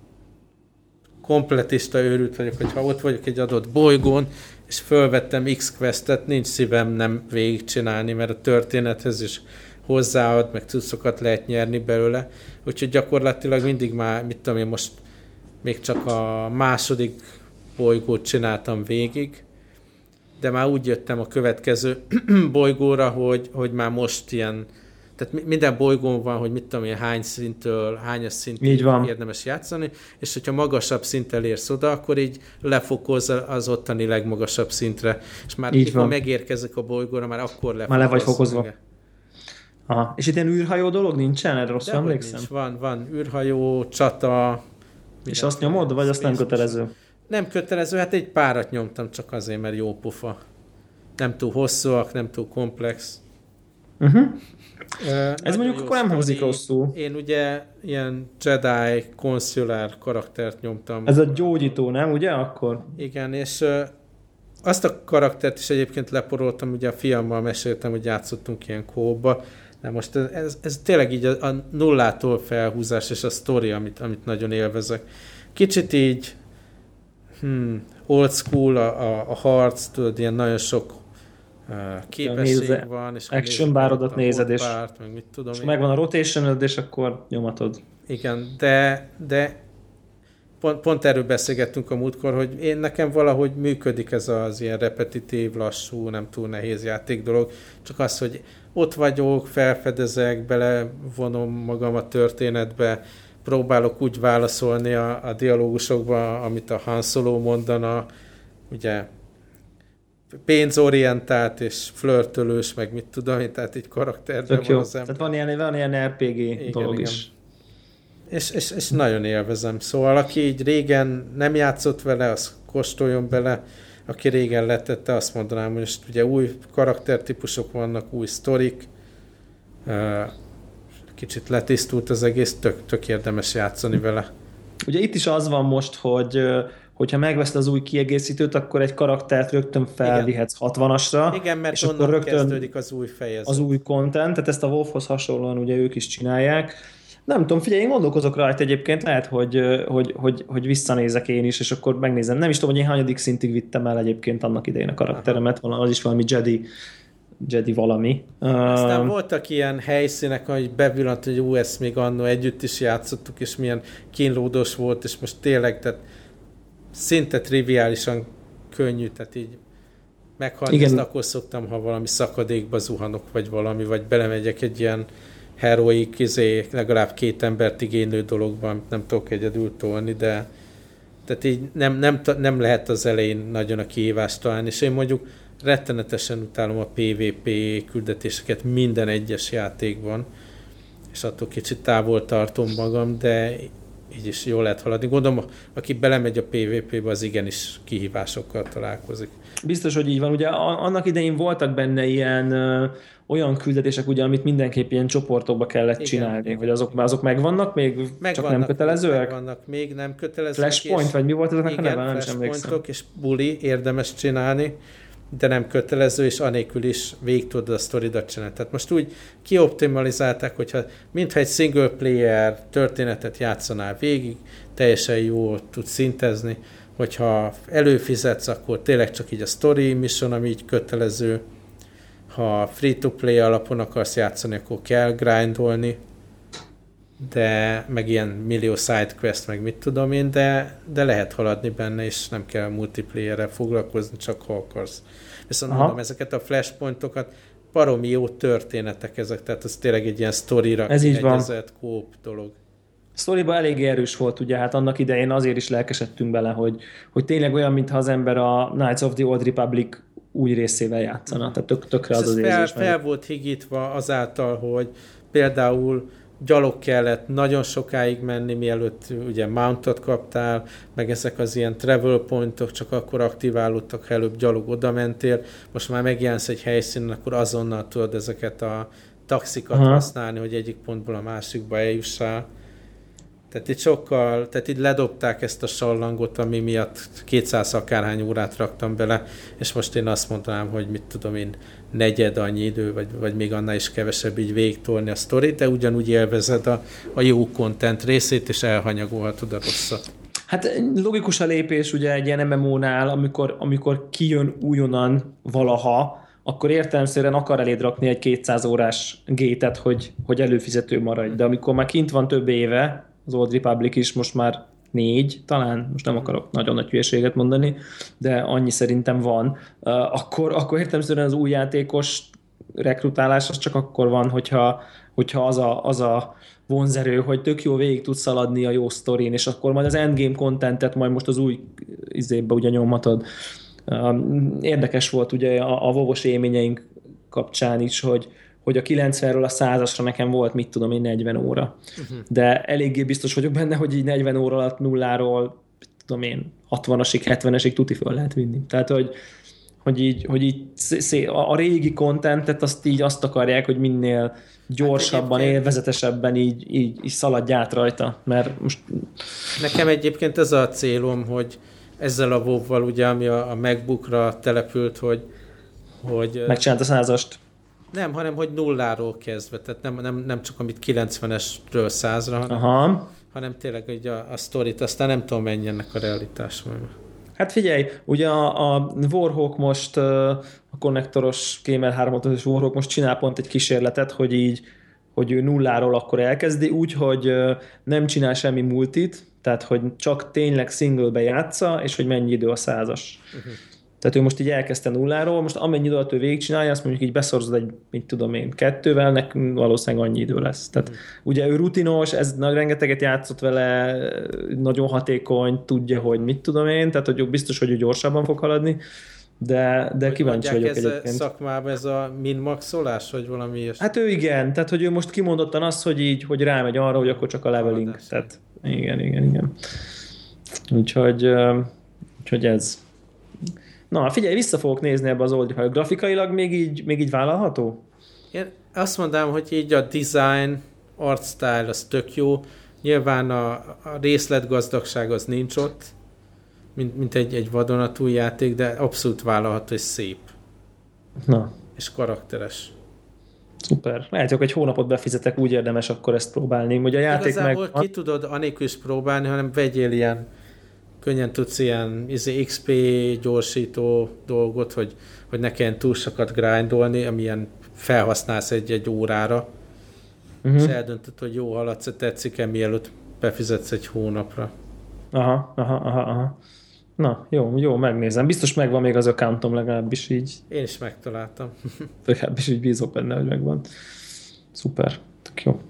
kompletista őrült vagyok, hogyha ott vagyok egy adott bolygón, és fölvettem X-questet, nincs szívem nem végigcsinálni, mert a történethez is hozzáad, meg cuccokat lehet nyerni belőle. Úgyhogy gyakorlatilag mindig már, mit tudom én, most még csak a második bolygót csináltam végig, de már úgy jöttem a következő bolygóra, hogy, hogy már most ilyen, tehát minden bolygón van, hogy mit tudom én, hány szintől, hányas szintig érdemes játszani, és hogyha magasabb szinten érsz oda, akkor így lefokoz az ottani legmagasabb szintre. És már így mikor megérkezek a bolygóra, már akkor lefokoz. Már le vagy fokozva. Aha. És itt ilyen űrhajó dolog nincsen? Erre rosszul emlékszem? Nincs. Van, van űrhajó, csata. És azt nyomod, vagy azt nem kötelező? Nem kötelező, hát egy párat nyomtam csak azért, mert jó pufa. Nem túl hosszúak, nem túl komplex. Uh-huh. Uh, Ez mondjuk akkor nem hangzik rosszul. Én ugye ilyen Jedi consular karaktert nyomtam. Ez a gyógyító, nem? Ugye akkor? Igen, és uh, azt a karaktert is egyébként leporoltam, ugye a fiammal meséltem, hogy játszottunk ilyen kóba. De most ez, ez, ez tényleg így a, a nullától felhúzás és a sztori, amit, amit nagyon élvezek. Kicsit így hmm, old school a, a, a harc, tudod, ilyen nagyon sok uh, képesség nézze, van. És action bárodat nézed, és, párt, meg mit tudom és megvan a rotation és akkor nyomatod. Igen, de, de pont, pont erről beszélgettünk a múltkor, hogy én nekem valahogy működik ez az ilyen repetitív, lassú, nem túl nehéz játék dolog, csak az, hogy ott vagyok, felfedezek, belevonom magam a történetbe, próbálok úgy válaszolni a, a dialógusokba, amit a Han Solo mondana, ugye pénzorientált és flörtölős, meg mit tudom én, tehát így karakterben van jó. az ember. Tehát van ilyen, van ilyen er pé gé igen, dolog igen. is. És, és, és nagyon élvezem. Szóval aki így régen nem játszott vele, az kóstoljon bele. Aki régen letette, azt mondanám, hogy most ugye új karaktertípusok vannak, új sztorik. Kicsit letisztult az egész, tök, tök érdemes játszani vele. Ugye itt is az van most, hogy hogyha megveszed az új kiegészítőt, akkor egy karaktert rögtön felvihetsz hatvanasra. Igen, mert és onnan akkor rögtön kezdődik az új fejezet. Az új content, tehát ezt a WoW-hoz hasonlóan ugye ők is csinálják. Nem tudom, figyelj, én gondolkozok rajta egyébként, lehet, hogy, hogy, hogy, hogy visszanézek én is, és akkor megnézem. Nem is tudom, hogy én hanyadik szintig vittem el egyébként annak idején a karakteremet, az is valami Jedi, Jedi valami. Aztán uh, voltak ilyen helyszínek, ahogy bevillant, hogy ú, ezt még annó együtt is játszottuk, és milyen kínlódos volt, és most tényleg, tehát szinte triviálisan könnyű, tehát így meghalni, ezt akkor szoktam, ha valami szakadékba zuhanok, vagy valami, vagy belemegyek egy ilyen heroik, izé, legalább két embert igénylő dologban, amit nem tudok egyedül tolni, de tehát így nem, nem, nem lehet az elején nagyon a kihívást találni, és én mondjuk rettenetesen utálom a pé vé pé küldetéseket minden egyes játékban, és attól kicsit távol tartom magam, de így is jól lehet haladni. Gondolom, aki belemegy a pé vé pébe, az igenis kihívásokkal találkozik. Biztos, hogy így van. Ugye annak idején voltak benne ilyen ö, olyan küldetések, ugye, amit mindenképp ilyen csoportokba kellett igen, csinálni, igen, hogy azok, azok megvannak még, megvannak, csak nem kötelezőek? Megvannak, még nem kötelezőek. Flashpoint, vagy mi volt ezeknek igen, a neve? Nem is emlékszem. és buli érdemes csinálni, de nem kötelező, és anélkül is végig tudod a sztoridat csinálni. Tehát most úgy kioptimalizálták, hogyha mintha egy single player történetet játszanál végig, teljesen jól tud szintezni, hogyha előfizetsz, akkor tényleg csak így a story mission, ami így kötelező. Ha free-to-play alapon akarsz játszani, akkor kell grindolni, de meg ilyen millió sidequest, meg mit tudom én, de, de lehet haladni benne, és nem kell multiplayerrel foglalkozni, csak ha akarsz. Viszont mondom, ezeket a flashpointokat baromi jó történetek ezek, tehát ez tényleg egy ilyen sztorira kiegyezett kóp dolog. A sztoriban elég erős volt, ugye, hát annak idején azért is lelkesedtünk bele, hogy, hogy tényleg olyan, mintha az ember a Knights of the Old Republic új részével játszana, tehát tök, tökre az az érzés. Fel, fel volt higítva azáltal, hogy például gyalog kellett nagyon sokáig menni, mielőtt ugye mountot kaptál, meg ezek az ilyen travel pointok csak akkor aktiválódtak, ha előbb gyalog oda mentél. Most már megjelensz egy helyszínen, akkor azonnal tudod ezeket a taxikat Aha. használni, hogy egyik pontból a másikba eljussál. Tehát itt sokkal, tehát itt ledobták ezt a sallangot, ami miatt kétszáz akárhány órát raktam bele, és most én azt mondanám, hogy mit tudom én, negyed annyi idő, vagy, vagy még annál is kevesebb így végigtolni a sztorit, de ugyanúgy élvezed a, a jó content részét, és elhanyagolhatod a rosszat. Hát logikus a lépés ugye egy ilyen em em o-nál, amikor, amikor kijön újonnan valaha, akkor értelemszerűen akar eléd rakni egy kétszáz órás gétet, hogy, hogy előfizető maradj. De amikor már kint van több éve, az Old Republic is most már négy, talán, most nem akarok nagyon nagy hülyeséget mondani, de annyi szerintem van, uh, akkor, akkor értelemszerűen az új játékos rekrutálás az csak akkor van, hogyha, hogyha az, a, az a vonzerő, hogy tök jó végig tudsz szaladni a jó sztorin, és akkor majd az endgame contentet majd most az új izébe ugye nyomhatod. Um, érdekes volt ugye a, a vovos élményeink kapcsán is, hogy hogy a kilencvenről a százasra nekem volt, mit tudom én, negyven óra. Uh-huh. De eléggé biztos vagyok benne, hogy így negyven óra alatt nulláról, tudom én, hatvanasig, hetvenesig tuti föl lehet vinni. Tehát, hogy, hogy így, hogy így szé- a régi contentet azt így azt akarják, hogy minél gyorsabban, hát élvezetesebben így, így, így szaladj át rajta, mert most... Nekem egyébként ez a célom, hogy ezzel a WoW-val, ugye, ami a, a MacBookra települt, hogy... hogy megcsinált a százast. Nem, hanem hogy nulláról kezdve, tehát nem, nem, nem csak amit kilencvenesről százra, hanem, Aha. hanem tényleg így a, a sztorit, aztán nem tudom mennyi ennek a realitás. Hát figyelj, ugye a, a Warhawk most, a konnektoros Gamer háromszázhatvanas Warhawk most csinál pont egy kísérletet, hogy így, hogy ő nulláról akkor elkezdi, úgy, hogy nem csinál semmi multit, tehát hogy csak tényleg singlebe játsza, és hogy mennyi idő a százas. Uh-huh. Tehát ő most így elkezdte nulláról, most amennyi idő alatt ő végigcsinálja, azt mondjuk így beszorzod egy, mit tudom én, kettővel, nekünk valószínűleg annyi idő lesz. Tehát uh-huh. ugye ő rutinos, ez rengeteget játszott vele, nagyon hatékony, tudja, hogy mit tudom én, tehát hogy biztos, hogy ő gyorsabban fog haladni, de, de kíváncsi vagyok ez egyébként. Ez szakmában ez a min-maxolás, vagy valami ilyes? Hát ő igen, tehát hogy ő most kimondottan az, hogy így, hogy rámegy arra, hogy akkor csak a leveling. Haladás. Tehát igen, igen, igen. Úgyhogy, úgyhogy ez... Na, figyelj, vissza fogok nézni ebbe az oldalra. Grafikailag még így, még így vállalható? Én azt mondám, hogy így a design, art style az tök jó. Nyilván a, a részletgazdagság az nincs ott, mint, mint egy, egy vadonatúj játék, de abszolút vállalható és szép. Na. És karakteres. Szuper. Lehet, hogy egy hónapot befizetek, úgy érdemes akkor ezt próbálni. Ugye a játék igazából meg... ki tudod anélkül is próbálni, hanem vegyél ilyen könnyen tudsz ilyen izé, iksz pé gyorsító dolgot, hogy, hogy ne kelljen túl sokat grindolni, amilyen felhasználsz egy-egy órára, uh-huh. és eldöntöd, hogy jó haladsz, tetszik-e, mielőtt befizetsz egy hónapra. Aha, aha, aha, aha. Na, jó, jó, megnézem. Biztos megvan még az accountom, legalábbis így. Én is megtaláltam. Legalábbis így bízok benne, hogy megvan. Szuper, tök jó.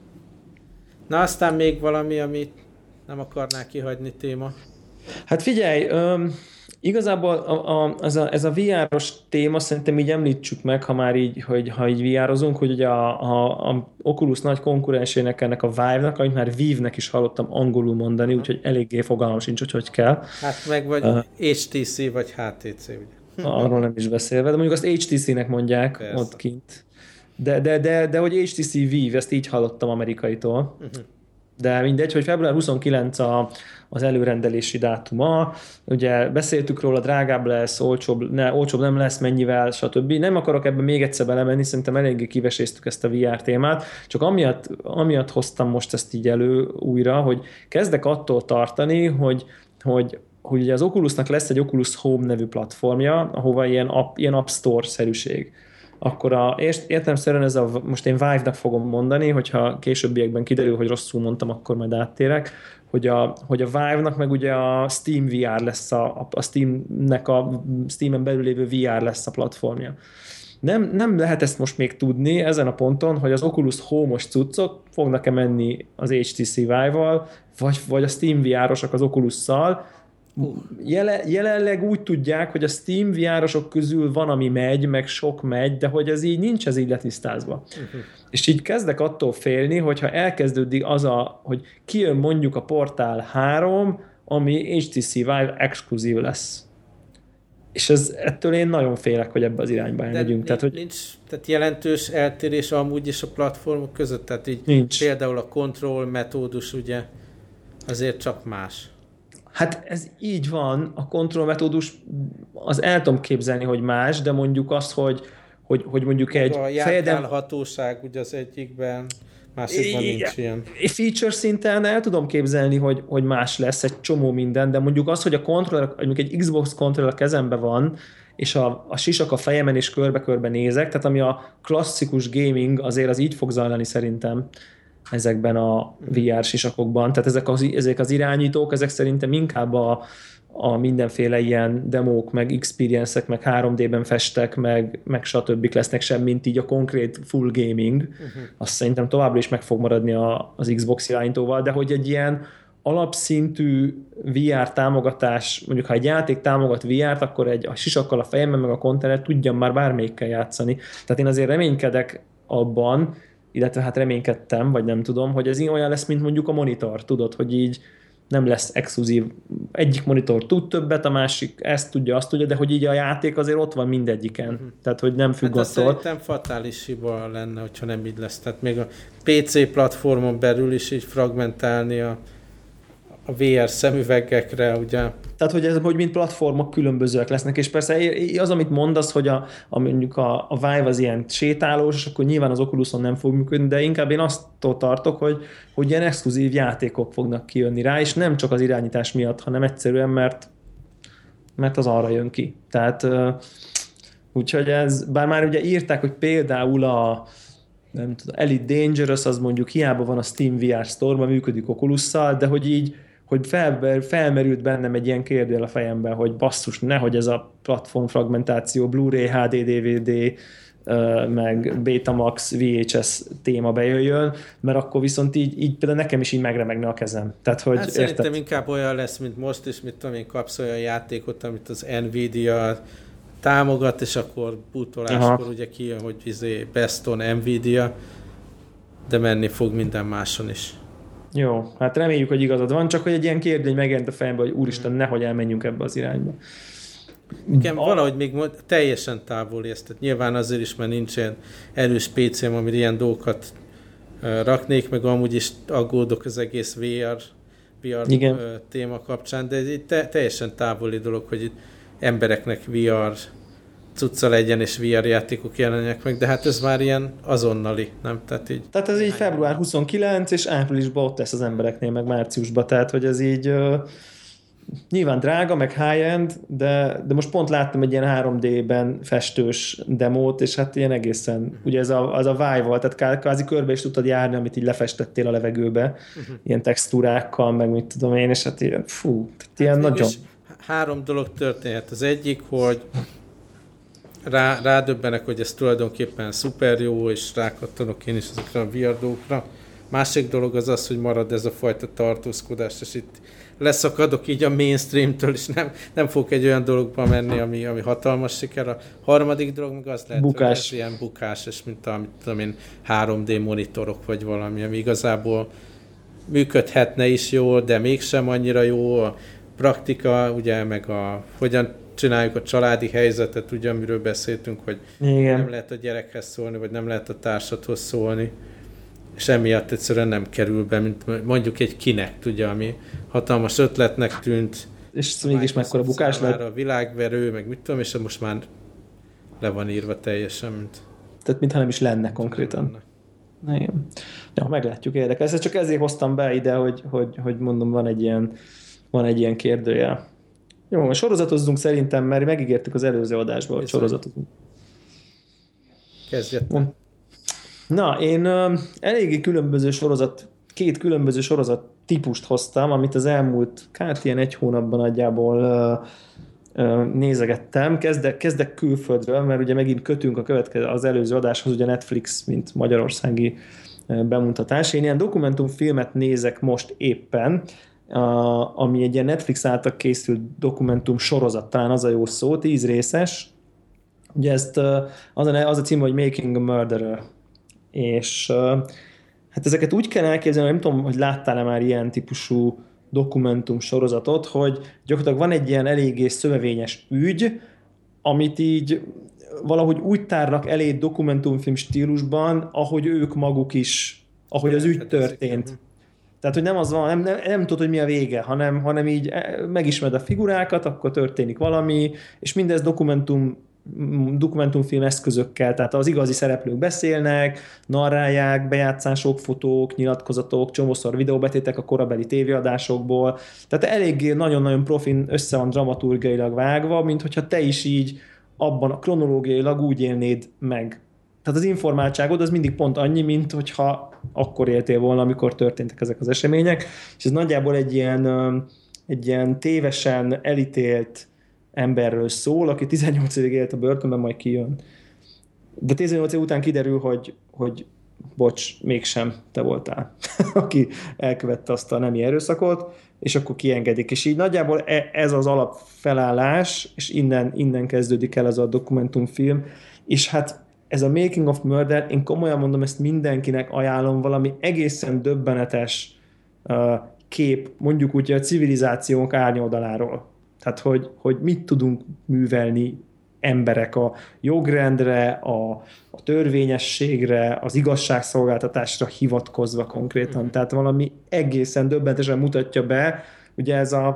Na, aztán még valami, amit nem akarnál kihagyni téma. Hát figyelj, um, igazából a, a, ez, a, ez a vé er-os téma szerintem így említsük meg, ha már így, hogy, ha így vé er-ozunk, hogy ugye a, a, a Oculus nagy konkurensének, ennek a Vive-nak, amit már Vive-nek is hallottam angolul mondani, úgyhogy eléggé fogalmam sincs, hogy hogy kell. Hát meg vagy uh, há té cé, vagy há té cé, ugye? Arról nem is beszélve, de mondjuk azt há té cé-nek mondják. Persze. Ott kint. De, de, de, de hogy há té cé Vive, ezt így hallottam amerikaitól. Uh-huh. De mindegy, hogy február huszonkilencedike a, az előrendelési dátuma, ugye beszéltük róla, drágább lesz, olcsóbb, ne, olcsóbb nem lesz, mennyivel, stb. Nem akarok ebben még egyszer belemenni, szerintem eléggé kiveséztük ezt a vé er témát, csak amiatt, amiatt hoztam most ezt így elő újra, hogy kezdek attól tartani, hogy, hogy, hogy ugye az Oculusnak lesz egy Oculus Home nevű platformja, ahova ilyen App, ilyen App Store-szerűség. Akkor a, értelemszerűen ez a, most én Vive-nak fogom mondani, hogyha későbbiekben kiderül, hogy rosszul mondtam, akkor majd áttérek, hogy a, hogy a Vive-nak meg ugye a Steam vé er lesz, a, a Steam-nek a Steam-en belül lévő vé er lesz a platformja. Nem, nem lehet ezt most még tudni ezen a ponton, hogy az Oculus Home-os cuccok fognak-e menni az há té cé Vive-val, vagy, vagy a Steam vé er-osok az Oculus-szal. Uh. Jele, jelenleg úgy tudják, hogy a Steam vé er-osok közül van, ami megy, meg sok megy, de hogy ez így nincs ez így letisztázva. Uh-huh. És így kezdek attól félni, hogyha elkezdődik az a, hogy kijön mondjuk a Portal három, ami há té cé Vive exkluzív lesz. És ez, ettől én nagyon félek, hogy ebbe az irányba megyünk. Tehát, hogy nincs tehát jelentős eltérés amúgy is a platformok között? Tehát így nincs. Például a control metódus ugye azért csak más. Hát ez így van, a control metódus, az el tudom képzelni, hogy más, de mondjuk azt, hogy, hogy, hogy mondjuk Maga egy a járkálhatóság ugye az egyikben, másikban nincs ilyen. Feature szinten el tudom képzelni, hogy, hogy más lesz egy csomó minden, de mondjuk az, hogy a controller, mondjuk egy Xbox controller a kezemben van, és a, a sisak a fejemen és körbe-körbe nézek, tehát ami a klasszikus gaming, azért az így fog zajlani szerintem ezekben a vé er sisakokban. Tehát ezek az, ezek az irányítók, ezek szerintem inkább a, a mindenféle ilyen demók, meg experience-ek, meg három dé-ben festek, meg, meg stb. Lesznek sem, mint így a konkrét full gaming. Uh-huh. Azt szerintem továbbra is meg fog maradni a, az Xbox irányítóval, de hogy egy ilyen alapszintű vé er támogatás, mondjuk ha egy játék támogat vé er-t, akkor egy a sisakkal a fejemben, meg a kontenet tudjam már bármelyikkel játszani. Tehát én azért reménykedek abban, illetve hát reménykedtem, vagy nem tudom, hogy ez olyan lesz, mint mondjuk a monitor, tudod, hogy így nem lesz exkluzív. Egyik monitor tud többet, a másik ezt tudja, azt tudja, de hogy így a játék azért ott van mindegyiken. Uh-huh. Tehát, hogy nem függ hát attól. Szerintem fatális hiba lenne, hogyha nem így lesz. Tehát még a pé cé platformon belül is így fragmentálni a, a vé er szemüvegekre, ugye. Tehát, hogy ez, hogy mint platformok különbözőek lesznek, és persze az, amit mondasz, hogy a, a mondjuk a, a Vive az ilyen sétálós, és akkor nyilván az Oculuson nem fog működni, de inkább én azt tartok, hogy, hogy ilyen exkluzív játékok fognak kijönni rá, és nem csak az irányítás miatt, hanem egyszerűen, mert, mert az arra jön ki. Tehát úgyhogy ez, bár már ugye írták, hogy például a nem tudom, Elite Dangerous, az mondjuk hiába van a Steam vé er Store-ban, működik Oculusszal, de hogy így hogy fel, felmerült bennem egy ilyen kérdél a fejemben, hogy basszus, nehogy ez a platform fragmentáció, Blu-ray, há dé, dé vé dé, meg Betamax, vé há es téma bejöjjön, mert akkor viszont így, így például nekem is így megremegne a kezem. Tehát, hogy hát szerintem inkább olyan lesz, mint most is, mit tudom én, kapsz olyan játékot, amit az Nvidia támogat, és akkor bútoláskor ugye kijön, hogy izé Best on Nvidia, de menni fog minden máson is. Jó, hát reméljük, hogy igazad van, csak hogy egy ilyen kérdés megjelent a fejembe, hogy úristen, nehogy elmenjünk ebbe az irányba. Igen, a... valahogy még teljesen távol ezt. Tehát nyilván azért is, mert nincs ilyen erős pé cém, amire ilyen dolgokat uh, raknék, meg amúgy is aggódok az egész vé er, vé er uh, téma kapcsán, de ez te, teljesen távoli dolog, hogy itt embereknek vé er cucca legyen, és vé er játékok jelenjenek meg, de hát ez már ilyen azonnali, nem? Tehát, így tehát ez így február huszonkilenc, és áprilisban ott lesz az embereknél, meg márciusban, tehát hogy ez így uh, nyilván drága, meg high-end, de, de most pont láttam egy ilyen három dé-ben festős demót, és hát ilyen egészen, ugye ez a, az a Vive-val, tehát kvázi körbe is tudtad járni, amit így lefestettél a levegőbe, uh-huh. ilyen textúrákkal, meg mit tudom én, és hát ilyen, fú, tehát ilyen hát nagyon... Három dolog történhet. Az egyik, hogy Rá, rádöbbenek, hogy ez tulajdonképpen szuper jó, és rákattanok én is ezekre a vé er dolgokra. Másik dolog az az, hogy marad ez a fajta tartózkodás, és itt leszakadok így a mainstreamtől, és nem, nem fogok egy olyan dologba menni, ami, ami hatalmas siker. A harmadik dolog meg az lehet, bukás. hogy ez ilyen bukás, és mint amit tudom én, három dé monitorok, vagy valami, ami igazából működhetne is jól, de mégsem annyira jó. A praktika, ugye, meg a hogyan csináljuk a családi helyzetet, ugye, amiről beszéltünk, hogy igen. nem lehet a gyerekhez szólni, vagy nem lehet a társadhoz szólni, és emiatt egyszerűen nem kerül be, mint mondjuk egy Kinect, ugye, ami hatalmas ötletnek tűnt. És mégis mekkora bukás lett. A világverő, meg mit tudom, és most már le van írva teljesen, mint... Tehát mintha nem is lenne konkrétan. Na, igen. Ja, meglátjuk, érdekes. Ezt csak ezért hoztam be ide, hogy, hogy, hogy mondom, van egy ilyen, van egy ilyen kérdőjel. Jó, sorozatozzunk szerintem, mert megígértük az előző adásban, hogy sorozatozunk. Kezdjettem. Na, én uh, eléggé különböző sorozat, két különböző sorozat típust hoztam, amit az elmúlt, hát ilyen egy hónapban nagyjából uh, uh, nézegettem. Kezdek, kezdek külföldről, mert ugye megint kötünk a következő, az előző adáshoz, ugye Netflix, mint magyarországi uh, bemutatás. Én ilyen dokumentumfilmet nézek most éppen, Uh, ami egy ilyen Netflix által készült dokumentum sorozat, talán az a jó szó, tíz részes. Ugye ezt uh, az, a, az a cím, hogy Making a Murderer. És uh, hát ezeket úgy kell elképzelni, nem tudom, hogy láttál-e már ilyen típusú dokumentum sorozatot, hogy gyakorlatilag van egy ilyen eléggé szövevényes ügy, amit így valahogy úgy tárnak elé dokumentumfilm stílusban, ahogy ők maguk is, ahogy az ügy történt. Tehát, hogy nem az van, nem, nem, nem tudod, hogy mi a vége, hanem, hanem így megismered a figurákat, akkor történik valami, és mindez dokumentum, dokumentumfilm eszközökkel, tehát az igazi szereplők beszélnek, narrálják, bejátszások, fotók, nyilatkozatok, csomószor videóbetétek a korabeli tévéadásokból, tehát eléggé nagyon-nagyon profin össze van dramaturgiailag vágva, mint hogyha te is így abban a kronológiailag úgy élnéd meg. Tehát az informáltságod az mindig pont annyi, mint hogyha akkor éltél volna, amikor történtek ezek az események, és ez nagyjából egy ilyen, egy ilyen tévesen elítélt emberről szól, aki tizennyolc évig élt a börtönben, majd kijön. De tizennyolc év után kiderül, hogy, hogy bocs, mégsem te voltál, aki elkövette azt a nemi erőszakot, és akkor kiengedik. És így nagyjából ez az alapfelállás, és innen, innen kezdődik el ez a dokumentumfilm, és hát ez a Making of Murder, én komolyan mondom, ezt mindenkinek ajánlom, valami egészen döbbenetes uh, kép, mondjuk úgy a civilizációnk árnyoldaláról. Tehát, hogy, hogy mit tudunk művelni emberek a jogrendre, a, a törvényességre, az igazságszolgáltatásra hivatkozva konkrétan. Tehát valami egészen döbbentesen mutatja be, ugye ez a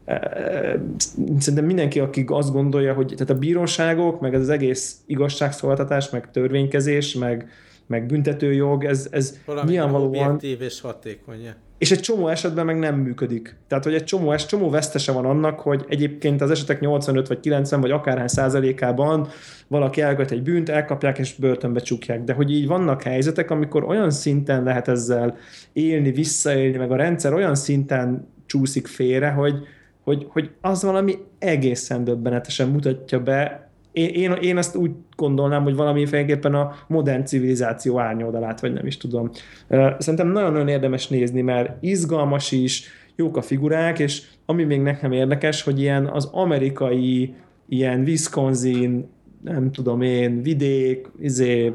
szerintem mindenki, aki azt gondolja, hogy tehát a bíróságok, meg ez az egész igazságszolgáltatás, meg törvénykezés, meg, meg büntetőjog, ez, ez nyilvánvalóan... objektív és hatékony. És egy csomó esetben meg nem működik. Tehát, hogy egy csomó, es, csomó vesztese van annak, hogy egyébként az esetek nyolcvanöt vagy kilencven vagy akárhány százalékában valaki elkövet egy bűnt, elkapják és börtönbe csukják. De hogy így vannak helyzetek, amikor olyan szinten lehet ezzel élni, visszaélni, meg a rendszer olyan szinten csúszik félre, hogy, hogy, hogy az valami egészen döbbenetesen mutatja be. Én, én, én azt úgy gondolnám, hogy valamiféleképpen a modern civilizáció árnyoldalát, vagy nem is tudom. Szerintem nagyon-nagyon érdemes nézni, mert izgalmas is, jók a figurák, és ami még nekem érdekes, hogy ilyen az amerikai, ilyen Wisconsin, nem tudom én, vidék, izé,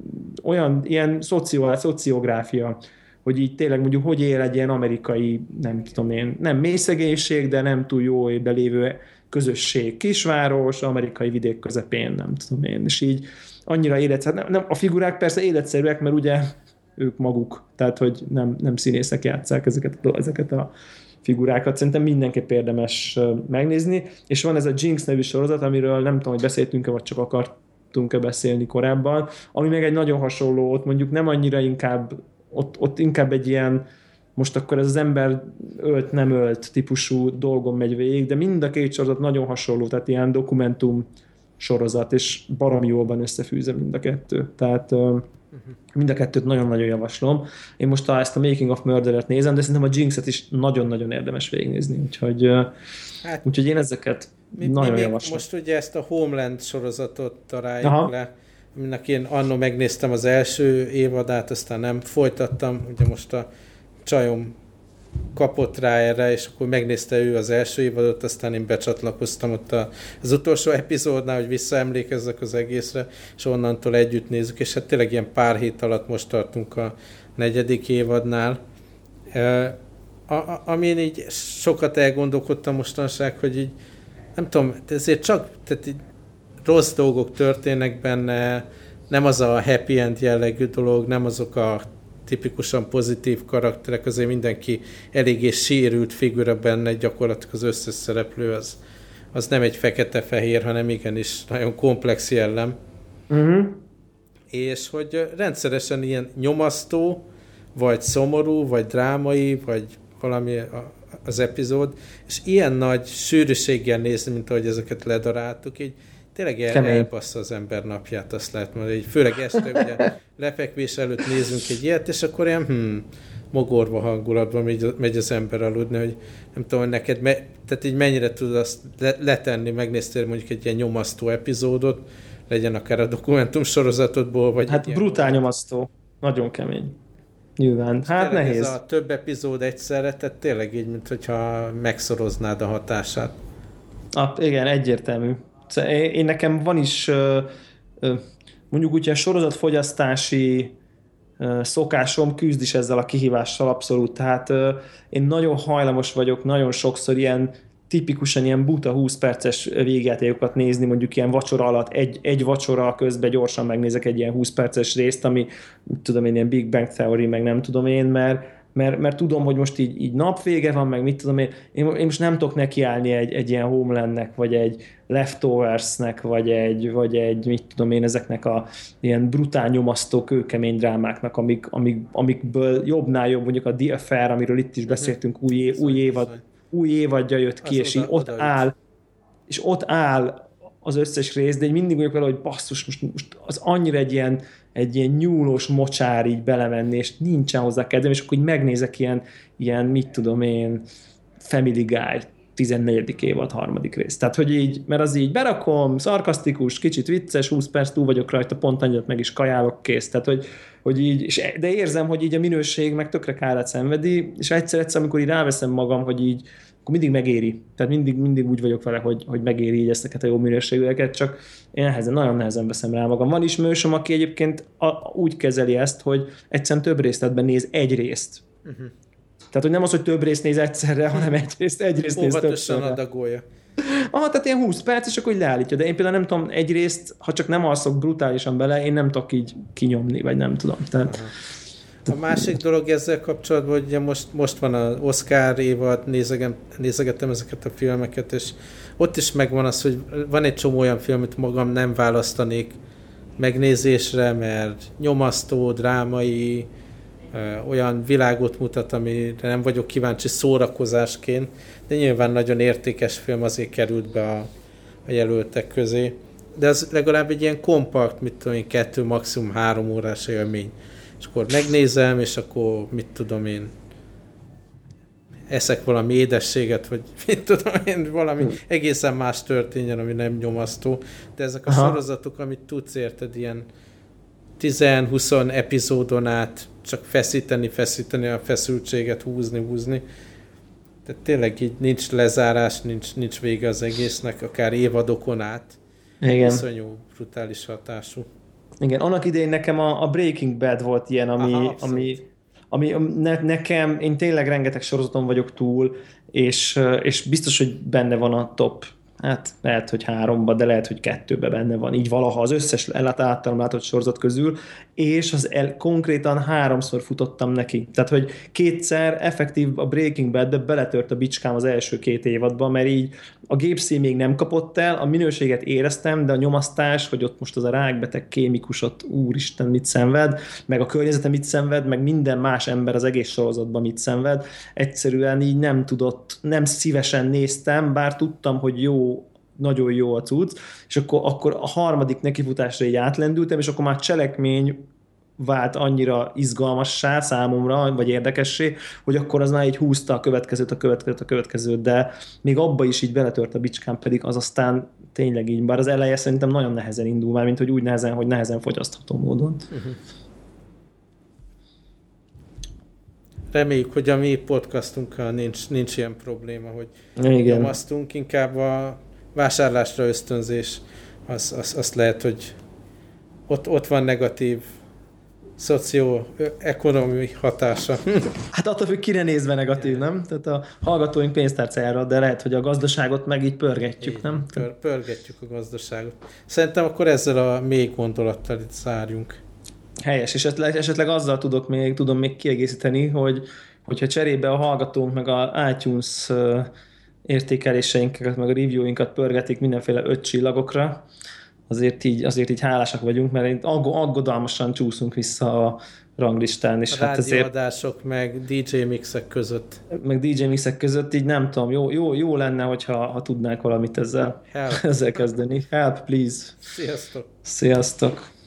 olyan, ilyen szocio, szociográfia, hogy így tényleg mondjuk, hogy él egy ilyen amerikai, nem tudom én, nem mély szegénység, de nem túl jó évben lévő közösség, kisváros, amerikai vidék közepén, nem tudom én, és így annyira életszerű. Nem, nem, a figurák persze életszerűek, mert ugye ők maguk, tehát hogy nem, nem színészek játsszák ezeket, ezeket a figurákat. Szerintem mindenképp érdemes megnézni, és van ez a Jinx nevű sorozat, amiről nem tudom, hogy beszéltünk-e, vagy csak akartunk-e beszélni korábban, ami meg egy nagyon hasonló, ott mondjuk nem annyira inkább, ott, ott inkább egy ilyen most akkor ez az ember ölt, nem ölt típusú dolgon megy végig, de mind a két sorozat nagyon hasonló, tehát ilyen dokumentum sorozat, és baromi jólban összefűzze mind a kettő. Tehát uh, mind a kettőt nagyon-nagyon javaslom. Én most ezt a Making of Murder-et nézem, de szerintem a Jinx-et is nagyon-nagyon érdemes végignézni. Úgyhogy, uh, hát, úgyhogy én ezeket mi, nagyon mi javaslom. Most ugye ezt a Homeland sorozatot találjuk Aha. le, aminek én annó megnéztem az első évadát, aztán nem folytattam, ugye most a csajom kapott rá erre, és akkor megnézte ő az első évadot, aztán én becsatlakoztam ott az utolsó epizódnál, hogy visszaemlékezzek az egészre, és onnantól együtt nézzük, és hát tényleg ilyen pár hét alatt most tartunk a negyedik évadnál. A, a, amin így sokat elgondolkodtam mostanság, hogy így nem tudom, ezért csak tehát így rossz dolgok történnek benne, nem az a happy end jellegű dolog, nem azok a tipikusan pozitív karakterek, azért mindenki eléggé sérült figura benne, gyakorlatilag az összes szereplő az, az nem egy fekete-fehér, hanem igenis nagyon komplex jellem. Uh-huh. És hogy rendszeresen ilyen nyomasztó, vagy szomorú, vagy drámai, vagy valami az epizód, és ilyen nagy sűrűséggel nézni, mint ahogy ezeket ledaráltuk, így tényleg el, elbassza az ember napját, azt lehet mondani, hogy főleg este ugye lefekvés előtt nézünk egy ilyet, és akkor ilyen hmm, mogorva hangulatban megy, megy az ember aludni, hogy nem tudom, hogy neked, me, tehát így mennyire tudod azt letenni, megnéztél mondjuk egy ilyen nyomasztó epizódot, legyen akár a dokumentum sorozatodból, vagy... Hát brutál ilyen... nyomasztó, nagyon kemény. Nyilván, hát nehéz. Ez a több epizód egyszerre, tehát tényleg így, mint hogyha megszoroznád a hatását. Ah, igen, egyértelmű. Én nekem van is mondjuk úgy, hogy a sorozatfogyasztási szokásom küzd is ezzel a kihívással abszolút. Tehát én nagyon hajlamos vagyok nagyon sokszor ilyen tipikusan ilyen buta húsz perces végjátékokat nézni, mondjuk ilyen vacsora alatt, egy, egy vacsora közben gyorsan megnézek egy ilyen húsz perces részt, ami tudom én, ilyen Big Bang Theory, meg nem tudom én, mert Mert, mert tudom, hogy most így, így napvége van, meg mit tudom én, én, én most nem tudok nekiállni egy, egy ilyen Homelandnek, vagy egy Leftoversnek, vagy egy, vagy egy, mit tudom én, ezeknek a ilyen brutál nyomasztó, kőkemény drámáknak, amik, amik, amikből jobbnál jobb, mondjuk a The Affair, amiről itt is beszéltünk, új, év, új, évad, új évadja jött ki, az és oda, így ott áll, és ott áll az összes rész, de én mindig vagyok vele, hogy basszus, most, most az annyira egy ilyen, egy ilyen nyúlós mocsár így belemenni, és nincsen hozzá kedvem, és akkor így megnézek ilyen, ilyen mit tudom én, Family Guy, tizennegyedik évad, harmadik rész. Tehát, hogy így, mert az így berakom, szarkasztikus, kicsit vicces, húsz perc túl vagyok rajta, pont annyit meg is kajálok, kész. Tehát, hogy, hogy így, és, de érzem, hogy így a minőség meg tökre kárát szenvedi, és egyszer-egyszer, amikor így ráveszem magam, hogy így, akkor mindig megéri. Tehát mindig, mindig úgy vagyok vele, hogy, hogy megéri így ezeket a jó minőségűeket, csak én nehezen, nagyon nehezen veszem rá magam. Van ismerősöm, aki egyébként a, úgy kezeli ezt, hogy egyszerűen több részletben néz egy részt. Uh-huh. Tehát, hogy nem az, hogy több részt néz egyszerre, hanem egy részt, egy részt néz többszörre. Óvatosan adagolja. Aha, tehát ilyen húsz perc, és akkor így leállítja. De én például nem tudom, egyrészt, ha csak nem alszok brutálisan bele, én nem tudok így kinyomni, vagy nem tudom. Tehát... Aha. A másik dolog ezzel kapcsolatban, hogy ugye most, most van az Oscar évad, nézegem, nézegettem ezeket a filmeket, és ott is megvan az, hogy van egy csomó olyan film, amit magam nem választanék megnézésre, mert nyomasztó, drámai, olyan világot mutat, amire nem vagyok kíváncsi szórakozásként, de nyilván nagyon értékes film azért került be a, a jelöltek közé. De az legalább egy ilyen kompakt, mit tudom én, kettő, maximum három órás élmény. És akkor megnézem, és akkor mit tudom én, eszek valami édességet, vagy mit tudom én, valami hmm. egészen más történjen, ami nem nyomasztó. De ezek a Aha. sorozatok, amit tudsz érted, ilyen tíz-húsz epizódon át csak feszíteni, feszíteni a feszültséget, húzni, húzni. Tehát tényleg így nincs lezárás, nincs, nincs vége az egésznek, akár évadokon át. Igen. Iszonyú, brutális hatású. Igen, annak idején nekem a, a Breaking Bad volt ilyen, ami, Aha, ami, ami ne, nekem, én tényleg rengeteg sorozaton vagyok túl, és, és biztos, hogy benne van a top, hát lehet, hogy háromba, de lehet, hogy kettőbe benne van, így valaha az összes általam látott sorozat közül, és az el, konkrétan háromszor futottam neki. Tehát, hogy kétszer effektív a Breaking Bad, de beletört a bicskám az első két évadban, mert így a gépszín még nem kapott el, a minőséget éreztem, de a nyomasztás, hogy ott most az a rákbeteg kémikus ott, úristen, mit szenved, meg a környezete mit szenved, meg minden más ember az egész sorozatban mit szenved, egyszerűen így nem tudott, nem szívesen néztem, bár tudtam, hogy jó, nagyon jó a cucc, és akkor, akkor a harmadik nekifutásra így átlendültem, és akkor már cselekmény vált annyira izgalmassá számomra, vagy érdekessé, hogy akkor az már így húzta a következőt, a következőt, a következőt, de még abba is így beletört a bicskám, pedig az aztán tényleg így, bár az eleje szerintem nagyon nehezen indul már, mint hogy úgy nehezen, hogy nehezen fogyasztható módon. Uh-huh. Reméljük, hogy a mi podcastunkkal nincs, nincs ilyen probléma, hogy Igen. nyomasztunk, inkább a vásárlásra ösztönzés, az, az, azt lehet, hogy ott, ott van negatív szocioekonomiai hatása. Hát attól függ, kire nézve negatív, nem? Tehát a hallgatóink pénztárcájára, de lehet, hogy a gazdaságot meg így pörgetjük, így, nem? Pör, pörgetjük a gazdaságot. Szerintem akkor ezzel a mély gondolattal itt zárjunk. Helyes, és esetleg, esetleg azzal tudok még, tudom még kiegészíteni, hogy hogyha cserébe a hallgatónk meg a iTunes értékeléseinket, meg a reviewinkat pörgetik mindenféle öt csillagokra, azért így, azért így hálásak vagyunk, mert aggodalmasan csúszunk vissza a ranglistán. És a hát rádióadások ezért, meg dé dzsé mixek között. Meg dé dzsé mixek között, így nem tudom, jó, jó, jó lenne, hogyha ha tudnánk valamit ezzel, ezzel kezdeni. Help, please! Sziasztok! Sziasztok!